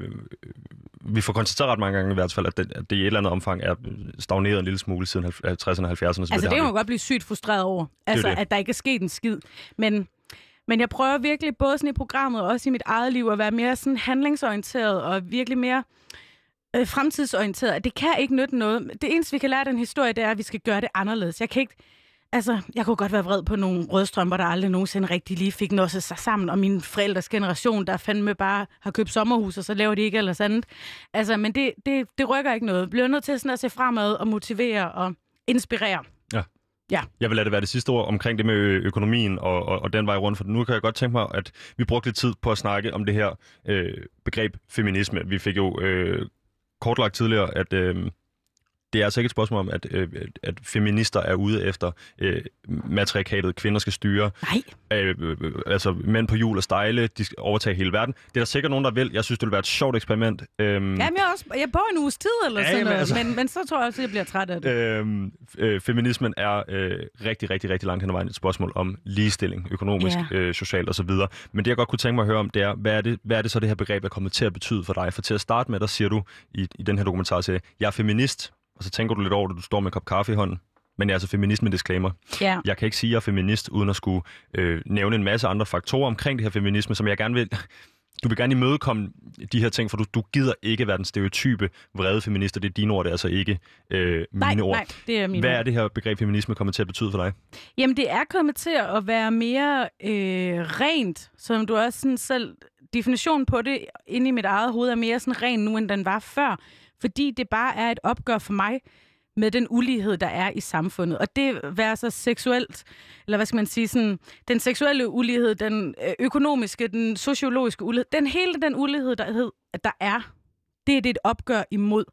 vi får konstateret ret mange gange i hvert fald, at det, at det i et eller andet omfang er stagneret en lille smule siden halvtredserne og halvfjerdserne. Altså det kan man godt blive sygt frustreret over, altså det det. At der ikke er sket en skid. Men, men jeg prøver virkelig både sådan i programmet og også i mit eget liv at være mere sådan handlingsorienteret og virkelig mere øh, fremtidsorienteret. Det kan ikke nytte noget. Det eneste, vi kan lære af den historie, det er, at vi skal gøre det anderledes. Jeg kan ikke Altså, jeg kunne godt være vred på nogle rødstrømper, der aldrig nogensinde rigtig lige fik nosset sig sammen, og min forældres generation, der fandme bare har købt sommerhus, og så laver de ikke ellers andet. Altså, men det, det, det rykker ikke noget. Jeg bliver nødt til sådan at se fremad og motivere og inspirere. Ja. Ja. Jeg vil lade det være det sidste ord omkring det med økonomien og, og, og den vej rundt, for nu kan jeg godt tænke mig, at vi brugte lidt tid på at snakke om det her øh, begreb feminisme. Vi fik jo øh, kortlagt tidligere, at Øh, det er altså ikke et spørgsmål om, at, øh, at feminister er ude efter øh, matriarkatet, kvinder skal styre. Nej. Øh, øh, altså mænd på hjul og stejle, de skal overtage hele verden. Det er der sikkert nogen, der vil. Jeg synes, det vil være et sjovt eksperiment. Øhm, Jamen, jeg, også, jeg bor en uges tid eller ja, sådan noget, altså, men, men så tror jeg også, at jeg bliver træt af det. Øhm, øh, feminismen er øh, rigtig, rigtig, rigtig langt hen ad vejen et spørgsmål om ligestilling, økonomisk, yeah. øh, socialt osv. Men det, jeg godt kunne tænke mig at høre om, det er, hvad er det, hvad er det så, det her begreb er kommet til at betyde for dig? For til at starte med, der siger du i, i den her dokumentarserie, jeg er feminist. Og så tænker du lidt over det, du står med en kop kaffe i hånden. Men jeg er altså feminist med disclaimer. Yeah. Jeg kan ikke sige, at jeg er feminist, uden at skulle øh, nævne en masse andre faktorer omkring det her feminisme, som jeg gerne vil... Du vil gerne imødekomme de her ting, for du, du gider ikke være den stereotype vrede feminist, og det er dine ord, det er altså ikke øh, mine nej, ord. Nej, det er mine Hvad ord. er det her begreb feminisme kommet til at betyde for dig? Jamen, det er kommet til at være mere øh, rent, som du også sådan selv... Definitionen på det inde i mit eget hoved er mere sådan ren nu, end den var før. Fordi det bare er et opgør for mig med den ulighed, der er i samfundet. Og det være så seksuelt, eller hvad skal man sige, sådan, den seksuelle ulighed, den økonomiske, den sociologiske ulighed, den hele den ulighed, der, der er, det er det et opgør imod.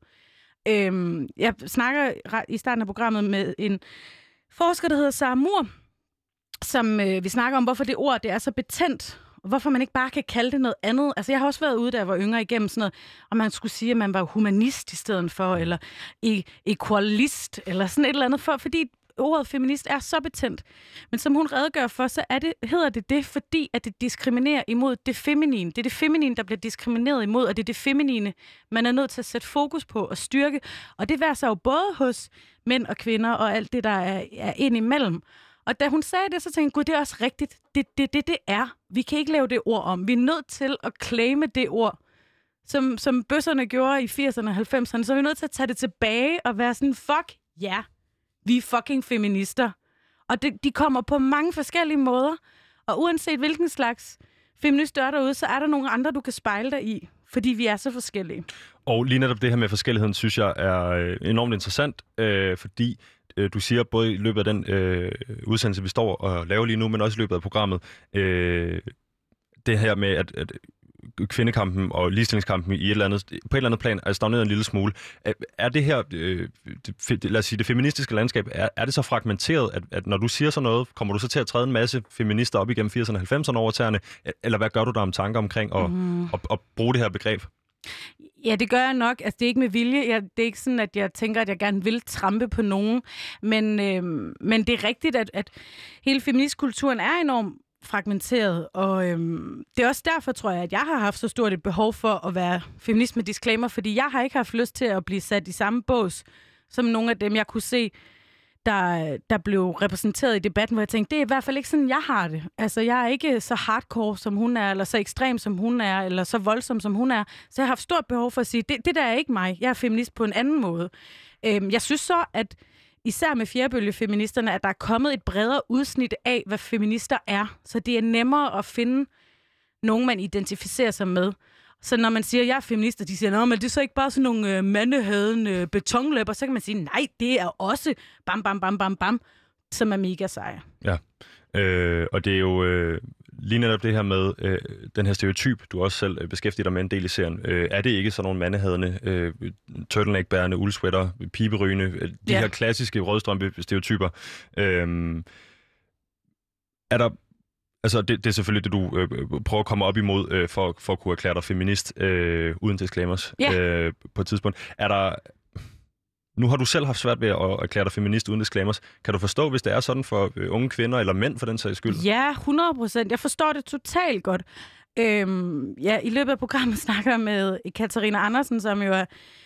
Øhm, jeg snakker i starten af programmet med en forsker, der hedder Sara Mur, som øh, vi snakker om, hvorfor det ord det er så betændt, og hvorfor man ikke bare kan kalde det noget andet. Altså, jeg har også været ude, da jeg var yngre igennem sådan noget, og man skulle sige, at man var humanist i stedet for, eller e- equalist, eller sådan et eller andet, for, fordi ordet feminist er så betændt. Men som hun redegør for, så er det, hedder det det, fordi at det diskriminerer imod det feminine. Det er det feminine, der bliver diskrimineret imod, og det er det feminine, man er nødt til at sætte fokus på og styrke. Og det værer sig jo både hos mænd og kvinder, og alt det, der er, er ind imellem. Og da hun sagde det, så tænkte jeg, gud, det er også rigtigt. Det er det, det, det er. Vi kan ikke lave det ord om. Vi er nødt til at claime det ord, som, som bøsserne gjorde i firserne og halvfemserne. Så er vi nødt til at tage det tilbage og være sådan, fuck ja, yeah, vi er fucking feminister. Og det, de kommer på mange forskellige måder. Og uanset hvilken slags feminist der er derude, så er der nogle andre, du kan spejle dig i. Fordi vi er så forskellige. Og lige netop det her med forskelligheden, synes jeg er enormt interessant, øh, fordi du siger både i løbet af den øh, udsendelse, vi står og laver lige nu, men også i løbet af programmet, øh, det her med, at, at kvindekampen og ligestillingskampen i et eller andet, på et eller andet plan er stagneret en lille smule. Er, er det her, øh, det, lad os sige, det feministiske landskab, er, er det så fragmenteret, at, at når du siger sådan noget, kommer du så til at træde en masse feminister op igennem firserne og halvfemserne over tæerne, eller hvad gør du der om tanker omkring at, mm. at, at, at bruge det her begreb? Ja, det gør jeg nok. Altså, det er ikke med vilje. Jeg, det er ikke sådan, at jeg tænker, at jeg gerne vil trampe på nogen. Men, øh, men det er rigtigt, at, at hele feministkulturen er enormt fragmenteret. Og øh, det er også derfor, tror jeg, at jeg har haft så stort et behov for at være feminist med disclaimer, fordi jeg har ikke haft lyst til at blive sat i samme bås som nogle af dem, jeg kunne se, der, der blev repræsenteret i debatten, hvor jeg tænkte, det er i hvert fald ikke sådan, jeg har det. Altså, jeg er ikke så hardcore, som hun er, eller så ekstrem, som hun er, eller så voldsom, som hun er. Så jeg har haft stort behov for at sige, det, det der er ikke mig. Jeg er feminist på en anden måde. Øhm, jeg synes så, at især med fjerbølgefeministerne, at der er kommet et bredere udsnit af, hvad feminister er. Så det er nemmere at finde nogen, man identificerer sig med. Så når man siger, at jeg er feminist, og de siger, men det er så ikke bare sådan nogle øh, mandehadende øh, betonlæber, så kan man sige, nej, det er også bam, bam, bam, bam, bam, som er mega seje. Ja, øh, og det er jo øh, lige netop det her med øh, den her stereotyp, du også selv beskæftiger dig med en del i serien. Øh, er det ikke sådan nogle mandehadende, øh, turtleneck-bærende, uldsweater, piberygende, øh, de ja. her klassiske rødstrømpe-stereotyper? Øh, er der... Altså, det, det er selvfølgelig det, du øh, prøver at komme op imod, øh, for, for at kunne erklære dig feminist, øh, uden disclaimers, ja. øh, på et tidspunkt. Er der... Nu har du selv haft svært ved at erklære dig feminist uden disclaimers. Kan du forstå, hvis det er sådan for øh, unge kvinder eller mænd for den sags skyld? Ja, hundrede procent. Jeg forstår det totalt godt. Øhm, ja, i løbet af programmet snakker jeg med Katarina Andersen, som jo er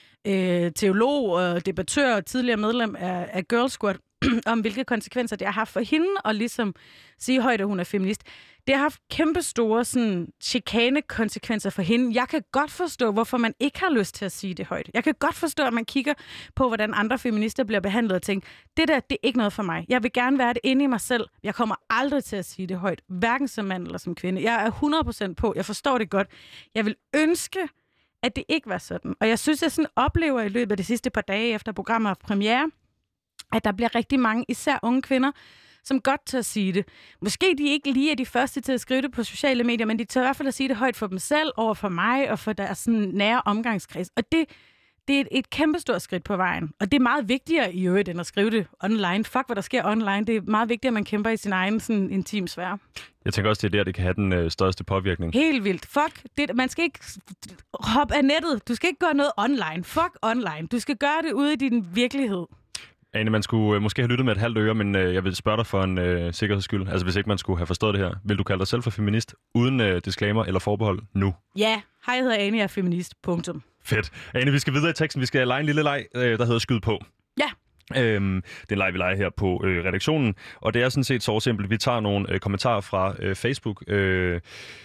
øh, teolog og debattør og tidligere medlem af, af Girl Squad, om hvilke konsekvenser det har haft for hende, og ligesom sige højt, at hun er feminist. Det har haft kæmpe store sådan, chikane-konsekvenser for hende. Jeg kan godt forstå, hvorfor man ikke har lyst til at sige det højt. Jeg kan godt forstå, at man kigger på, hvordan andre feminister bliver behandlet og tænker, det der, det er ikke noget for mig. Jeg vil gerne være det inde i mig selv. Jeg kommer aldrig til at sige det højt, hverken som mand eller som kvinde. Jeg er hundrede procent på. Jeg forstår det godt. Jeg vil ønske, at det ikke var sådan. Og jeg synes, jeg sådan oplever i løbet af de sidste par dage efter programmet af premiere, at der bliver rigtig mange, især unge kvinder, som godt tør at sige det. Måske de ikke lige er de første til at skrive det på sociale medier, men de tør i hvert fald at sige det højt for dem selv, over for mig og for deres sådan nære omgangskreds. Og det, det er et, et kæmpestort skridt på vejen. Og det er meget vigtigere i øvrigt, end at skrive det online. Fuck, hvad der sker online. Det er meget vigtigt, at man kæmper i sin egen sådan, intim sfære. Jeg tænker også, det er der, det kan have den øh, største påvirkning. Helt vildt. Fuck, det, man skal ikke hoppe af nettet. Du skal ikke gøre noget online. Fuck online. Du skal gøre det ude i din virkelighed. Ane, man skulle øh, måske have lyttet med et halvt øre, men øh, jeg vil spørge dig for en øh, sikkerheds skyld. Altså, hvis ikke man skulle have forstået det her. Vil du kalde dig selv for feminist, uden øh, disclaimer eller forbehold nu? Ja, hej, jeg hedder Ane, jeg er feminist. Punktum. Fedt. Ane, vi skal videre i teksten. Vi skal lege en lille leg, øh, der hedder Skyd på. Ja. Øhm, det er en leg, vi leger her på øh, redaktionen, og det er sådan set så simpelt. Vi tager nogle øh, kommentarer fra øh, Facebook øh,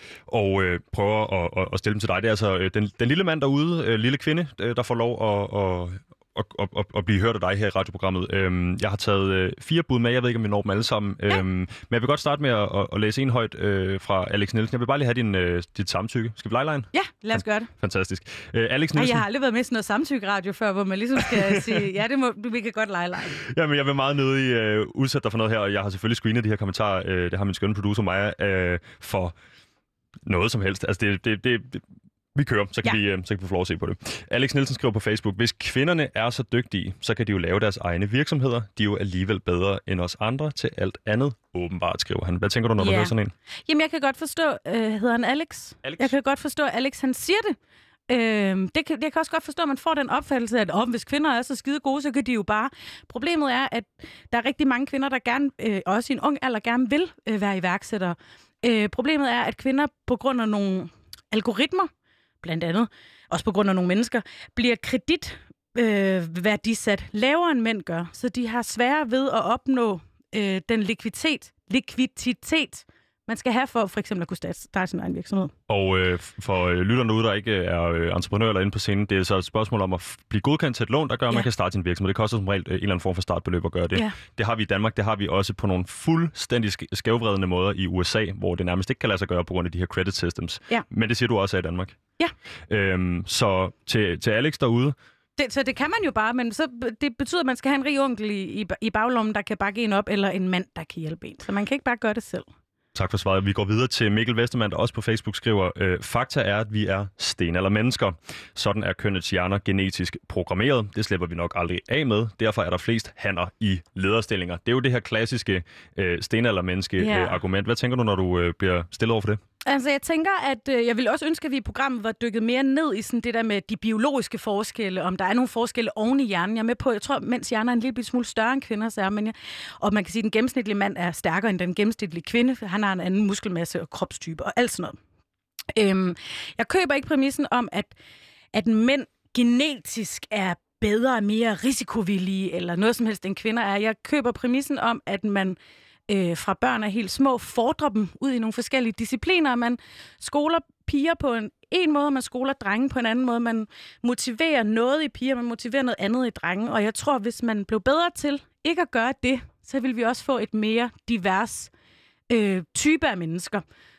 og øh, prøver at, at, at stille dem til dig. Det er altså øh, den, den lille mand derude, øh, lille kvinde, øh, der får lov at... at Og, og, og, og blive hørt af dig her i radioprogrammet. Øhm, jeg har taget øh, fire bud med. Jeg ved ikke, om vi når dem alle sammen. Ja. Øhm, men jeg vil godt starte med at, at, at læse en højt øh, fra Alex Nielsen. Jeg vil bare lige have din, øh, dit samtykke. Skal vi lege lejen? Ja, lad os gøre det. Fantastisk. Øh, Alex Nielsen... Ej, jeg har aldrig været med i sådan noget samtykke-radio før, hvor man ligesom skal sige, ja, det må, vi kan godt lege lejen. Jamen, jeg vil meget nødig øh, udsætte dig for noget her, og jeg har selvfølgelig screenet de her kommentarer. Øh, det har min skønne producer Maja øh, for noget som helst. Altså, det... det, det, det Vi kører, så kan, ja. vi, så kan vi få lov at se på det. Alex Nielsen skriver på Facebook, hvis kvinderne er så dygtige, så kan de jo lave deres egne virksomheder. De er jo alligevel bedre end os andre til alt andet, åbenbart, skriver han. Hvad tænker du, når ja. du hører sådan en? Jamen, jeg kan godt forstå, øh, hedder han Alex? Alex? Jeg kan godt forstå, at Alex han siger det. Øh, det kan, jeg kan også godt forstå, at man får den opfattelse, at oh, hvis kvinder er så skide gode, så kan de jo bare... Problemet er, at der er rigtig mange kvinder, der gerne, øh, også i en ung alder, gerne vil øh, være iværksættere. Øh, problemet er, at kvinder på grund af nogle algoritmer, blandt andet, også på grund af nogle mennesker, bliver kredit øh, værdisat lavere end mænd gør, så de har sværere ved at opnå øh, den likviditet, likviditet, man skal have for for eksempel at kunne starte, starte sin egen virksomhed. Og øh, for øh, lytterne ude, der ikke er øh, entreprenør eller inde på scenen, det er så et spørgsmål om at f- blive godkendt til et lån, der gør, at ja. man kan starte sin virksomhed. Det koster som regel øh, en eller anden form for startbeløb at gøre det. Ja. Det har vi i Danmark, det har vi også på nogle fuldstændig sk- skævvredende måder i U S A, hvor det nærmest ikke kan lade sig gøre på grund af de her credit systems. Ja. Men det siger du også er i Danmark. Ja. Øhm, så til, til Alex derude, Det, så det kan man jo bare, men så, det betyder, at man skal have en rig onkel i, i, i baglommen, der kan bakke en op, eller en mand, der kan hjælpe en. Så man kan ikke bare gøre det selv. Tak for svaret. Vi går videre til Mikkel Vestermann, der også på Facebook skriver, øh, fakta er, at vi er stenaldermennesker. Sådan er kønnets hjerner genetisk programmeret. Det slipper vi nok aldrig af med. Derfor er der flest hanner i lederstillinger. Det er jo det her klassiske øh, stenaldermenneske-argument. Ja. Hvad tænker du, når du øh, bliver stillet over for det? Altså, jeg tænker, at øh, jeg vil også ønske, at vi i programmet var dykket mere ned i sådan det der med de biologiske forskelle, om der er nogle forskelle oven i hjernen. Jeg er med på, jeg tror, at mænds hjerner er en lille smule større end kvinders er, men jeg, og man kan sige, at den gennemsnitlige mand er stærkere end den gennemsnitlige kvinde, for han har en anden muskelmasse og kropstype og alt sådan noget. Øhm, jeg køber ikke præmissen om, at, at mænd genetisk er bedre, mere risikovillige eller noget som helst, end kvinder er. Jeg køber præmissen om, at man øh, fra børn er helt små, fordrer dem ud i nogle forskellige discipliner. Man skoler piger på en, en måde, man skoler drenge på en anden måde. Man motiverer noget i piger, man motiverer noget andet i drenge. Og jeg tror, hvis man blev bedre til ikke at gøre det, så vil vi også få et mere divers øh, type af mennesker.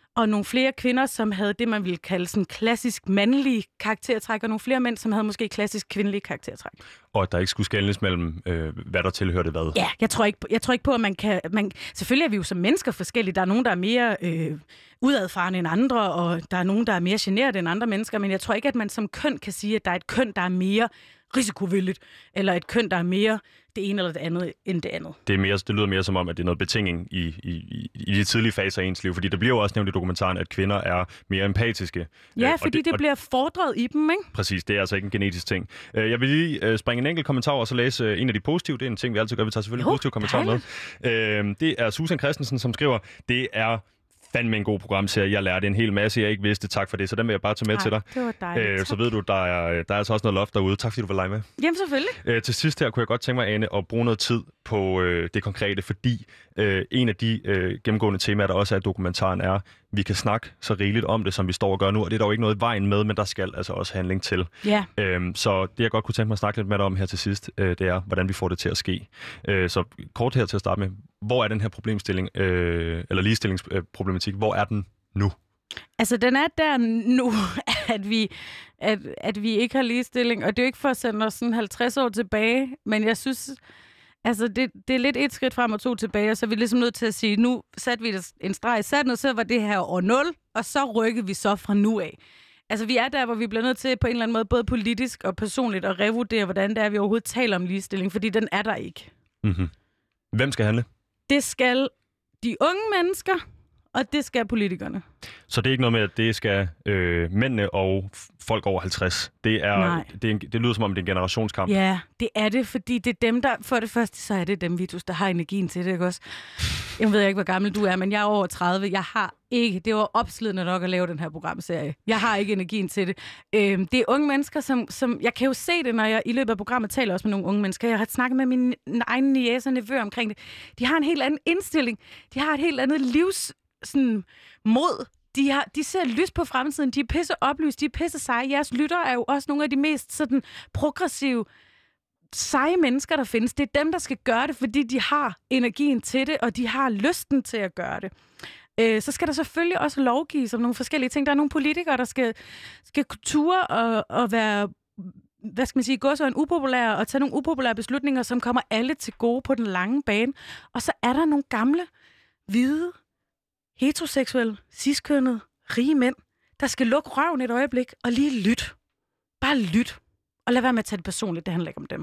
og nogle flere kvinder, som havde det, man ville kalde sådan klassisk mandlige karaktertræk, og nogle flere mænd, som havde måske klassisk kvindelige karaktertræk. Og at der ikke skulle skelnes mellem, øh, hvad der tilhørte hvad. Ja, jeg tror ikke, jeg tror ikke på, at man kan... Man, selvfølgelig er vi jo som mennesker forskellige. Der er nogen, der er mere øh, udadfarende end andre, og der er nogen, der er mere generet end andre mennesker, men jeg tror ikke, at man som køn kan sige, at der er et køn, der er mere risikovilligt, eller et køn, der er mere det ene eller det andet end det andet. Det, er mere, det lyder mere som om, at det er noget betinging i, i, i de tidlige faser af ens liv, fordi der bliver jo også nævnt i dokumentaren, at kvinder er mere empatiske. Ja, fordi det, det bliver fordret i dem, ikke? Præcis, det er altså ikke en genetisk ting. Jeg vil lige springe en enkelt kommentar og så læse en af de positive. Det er en ting, vi altid gør. Vi tager selvfølgelig jo, positive kommentarer med. Det er Susan Christensen, som skriver, det er fandme en god programserie. Jeg lærte en hel masse, jeg ikke vidste. Tak for det. Så den vil jeg bare tage med Ej, til dig. Det var dejligt. Øh, så ved du, der er, der er altså også noget loft derude. Tak fordi du var live med. Jamen selvfølgelig. Øh, til sidst her kunne jeg godt tænke mig, Ane, at bruge noget tid på øh, det konkrete, fordi øh, en af de øh, gennemgående temaer, der også er i dokumentaren, er, vi kan snakke så rigeligt om det, som vi står og gør nu, og det er der jo ikke noget i vejen med, men der skal altså også handling til. Ja. Øhm, så det, jeg godt kunne tænke mig at snakke lidt med dig om her til sidst, øh, det er, hvordan vi får det til at ske. Øh, så kort her til at starte med, hvor er den her problemstilling, øh, eller ligestillingsproblematik, hvor er den nu? Altså, den er der nu, at vi, at, at vi ikke har ligestilling, og det er jo ikke for at sende os sådan halvtreds år tilbage, men jeg synes, altså, det, det er lidt et skridt frem og to tilbage, og så er vi ligesom nødt til at sige, nu satte vi en streg i sandet, og så var det her år nul, og så rykker vi så fra nu af. Altså, vi er der, hvor vi bliver nødt til på en eller anden måde, både politisk og personligt, at revurdere, hvordan det er, vi overhovedet taler om ligestilling, fordi den er der ikke. Mm-hmm. Hvem skal handle? Det skal de unge mennesker, og det skal politikerne. Så det er ikke noget med, at det skal øh, mændene og folk over halvtreds. Det, er, det, er en, det lyder som om, det er en generationskamp. Ja, det er det, fordi det er dem, der... For det første, så er det dem, Vitus, der har energien til det, ikke også? Jeg ved ikke, hvor gammel du er, men jeg er over tredive. Jeg har ikke... Det var opslidende nok at lave den her programserie. Jeg har ikke energien til det. Øhm, det er unge mennesker, som, som... Jeg kan jo se det, når jeg i løbet af programmet taler også med nogle unge mennesker. Jeg har snakket med mine egne niæser og nevøer omkring det. De har en helt anden indstilling. De har et helt andet livs... Sådan, mod. De, har, de ser lys på fremtiden. De er pisse oplyst. De er pisse seje. Jeres lyttere er jo også nogle af de mest sådan, progressive, seje mennesker, der findes. Det er dem, der skal gøre det, fordi de har energien til det, og de har lysten til at gøre det. Øh, så skal der selvfølgelig også lovgives om nogle forskellige ting. Der er nogle politikere, der skal, skal ture og, og være... hvad skal man sige, gå så en upopulær og tage nogle upopulære beslutninger, som kommer alle til gode på den lange bane. Og så er der nogle gamle, hvide, heteroseksuelle, ciskønnede, rige mænd, der skal lukke røven et øjeblik og lige lytte. Bare lyt. Og lad være med at tage det personligt, det handler ikke om dem.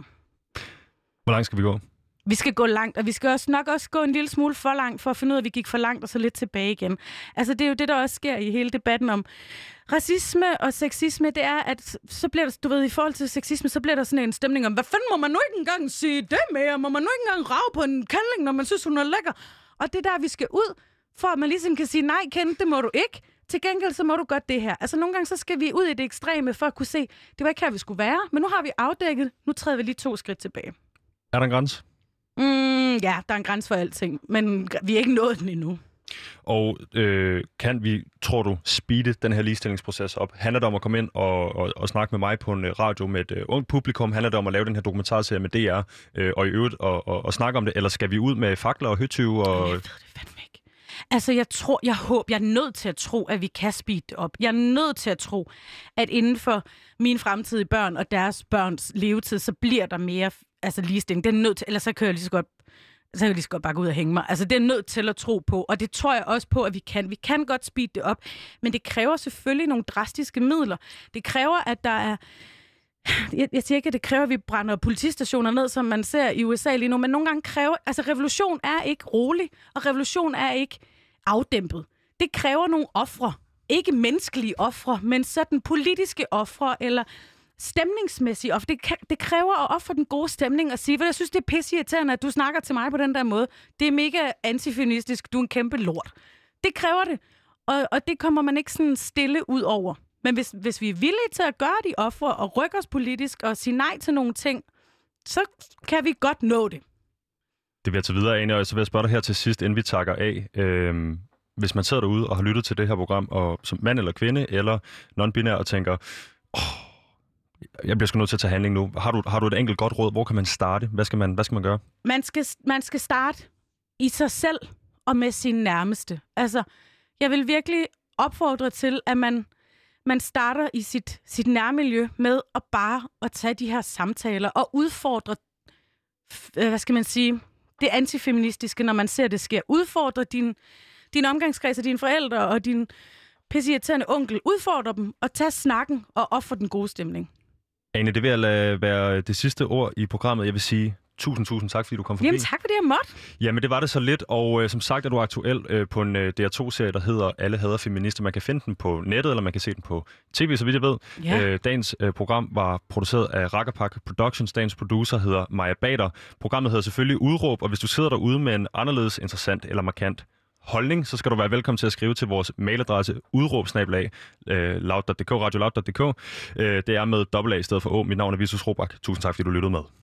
Hvor langt skal vi gå? Vi skal gå langt, og vi skal også nok også gå en lille smule for langt, for at finde ud af, at vi gik for langt og så lidt tilbage igen. Altså, det er jo det, der også sker i hele debatten om racisme og sexisme. Det er, at så bliver der, du ved, i forhold til sexisme, så bliver der sådan en stemning om, hvad fanden må man nu ikke engang sige det mere? Må man nu ikke engang rave på en kælling, når man synes, hun er lækker? Og det er der, vi skal ud, for at man ligesom kan sige, nej, Ken, det må du ikke. Til gengæld, så må du godt det her. Altså, nogle gange, så skal vi ud i det ekstreme, for at kunne se, det var ikke her, vi skulle være, men nu har vi afdækket, nu træder vi lige to skridt tilbage. Er der en grænse? Mm, ja, der er en grænse for alting, men vi er ikke nået den endnu. Og øh, kan vi, tror du, speede den her ligestillingsproces op? Handler det om at komme ind og, og, og snakke med mig på en radio med et uh, ungt publikum? Handler det om at lave den her dokumentarserie med D R øh, og i øvrigt og, og, og snakke om det? Eller skal vi ud med fakler og høtyve? Og... Jeg ved det fandme ikke. Altså, jeg tror, jeg håber, jeg er nødt til at tro, at vi kan speede det op. Jeg er nødt til at tro, at inden for mine fremtidige børn og deres børns levetid, så bliver der mere altså, ligestilling. Det er nødt til, ellers så kan jeg lige så godt så kan jeg lige så godt bare gå ud og hænge mig. Altså, det er nødt til at tro på, og det tror jeg også på, at vi kan. Vi kan godt speede det op, men det kræver selvfølgelig nogle drastiske midler. Det kræver, at der er... Jeg, jeg siger ikke, at det kræver, at vi brænder politistationer ned, som man ser i U S A lige nu, men nogle gange kræver... Altså, revolution er ikke rolig, og revolution er ikke afdæmpet. Det kræver nogle ofre. Ikke menneskelige ofre, men sådan politiske ofre, eller stemningsmæssige ofre. Det, det kræver at ofre den gode stemning og sige, for jeg synes, det er pisseirriterende, at du snakker til mig på den der måde. Det er mega antifeministisk. Du er en kæmpe lort. Det kræver det. Og, og det kommer man ikke sådan stille ud over. Men hvis, hvis vi er villige til at gøre de ofre og rykke os politisk og sige nej til nogle ting, så kan vi godt nå det. Det vil jeg tage videre, Ane, og så vil jeg spørge dig her til sidst, inden vi takker af. Øhm, hvis man sidder derude og har lyttet til det her program, og som mand eller kvinde, eller non-binær, og tænker, åh, jeg bliver sgu nødt til at tage handling nu. Har du, har du et enkelt godt råd? Hvor kan man starte? Hvad skal man, hvad skal man gøre? Man skal, man skal starte i sig selv og med sin nærmeste. Altså, jeg vil virkelig opfordre til, at man, man starter i sit, sit nærmiljø med at bare at tage de her samtaler og udfordre, hvad skal man sige, det antifeministiske, når man ser det sker. Udfordre din, din omgangskreds og dine forældre og din pisseirriterende onkel. Udfordre dem og tage snakken og ofre den gode stemning. Ane, det vil lade være det sidste ord i programmet. Jeg vil sige tusind, tusind tak, fordi du kom forbi. Jamen tak, fordi jeg måtte. Jamen, det var det så lidt, og øh, som sagt er du aktuel øh, på en øh, D R to-serie, der hedder Alle hader feminister. Man kan finde den på nettet, eller man kan se den på tv, så vidt jeg ved. Ja. Øh, dagens øh, program var produceret af Rakkerpak Productions. Dagens producer hedder Maja Bader. Programmet hedder selvfølgelig Udråb, og hvis du sidder derude med en anderledes interessant eller markant holdning, så skal du være velkommen til at skrive til vores mailadresse udråb-snabel-a loud punktum d k, radio loud punktum d k. Øh, det er med dobbelt A i stedet for Å. Mit navn er Vitus Robak. Tusind tak, fordi du lyttede med.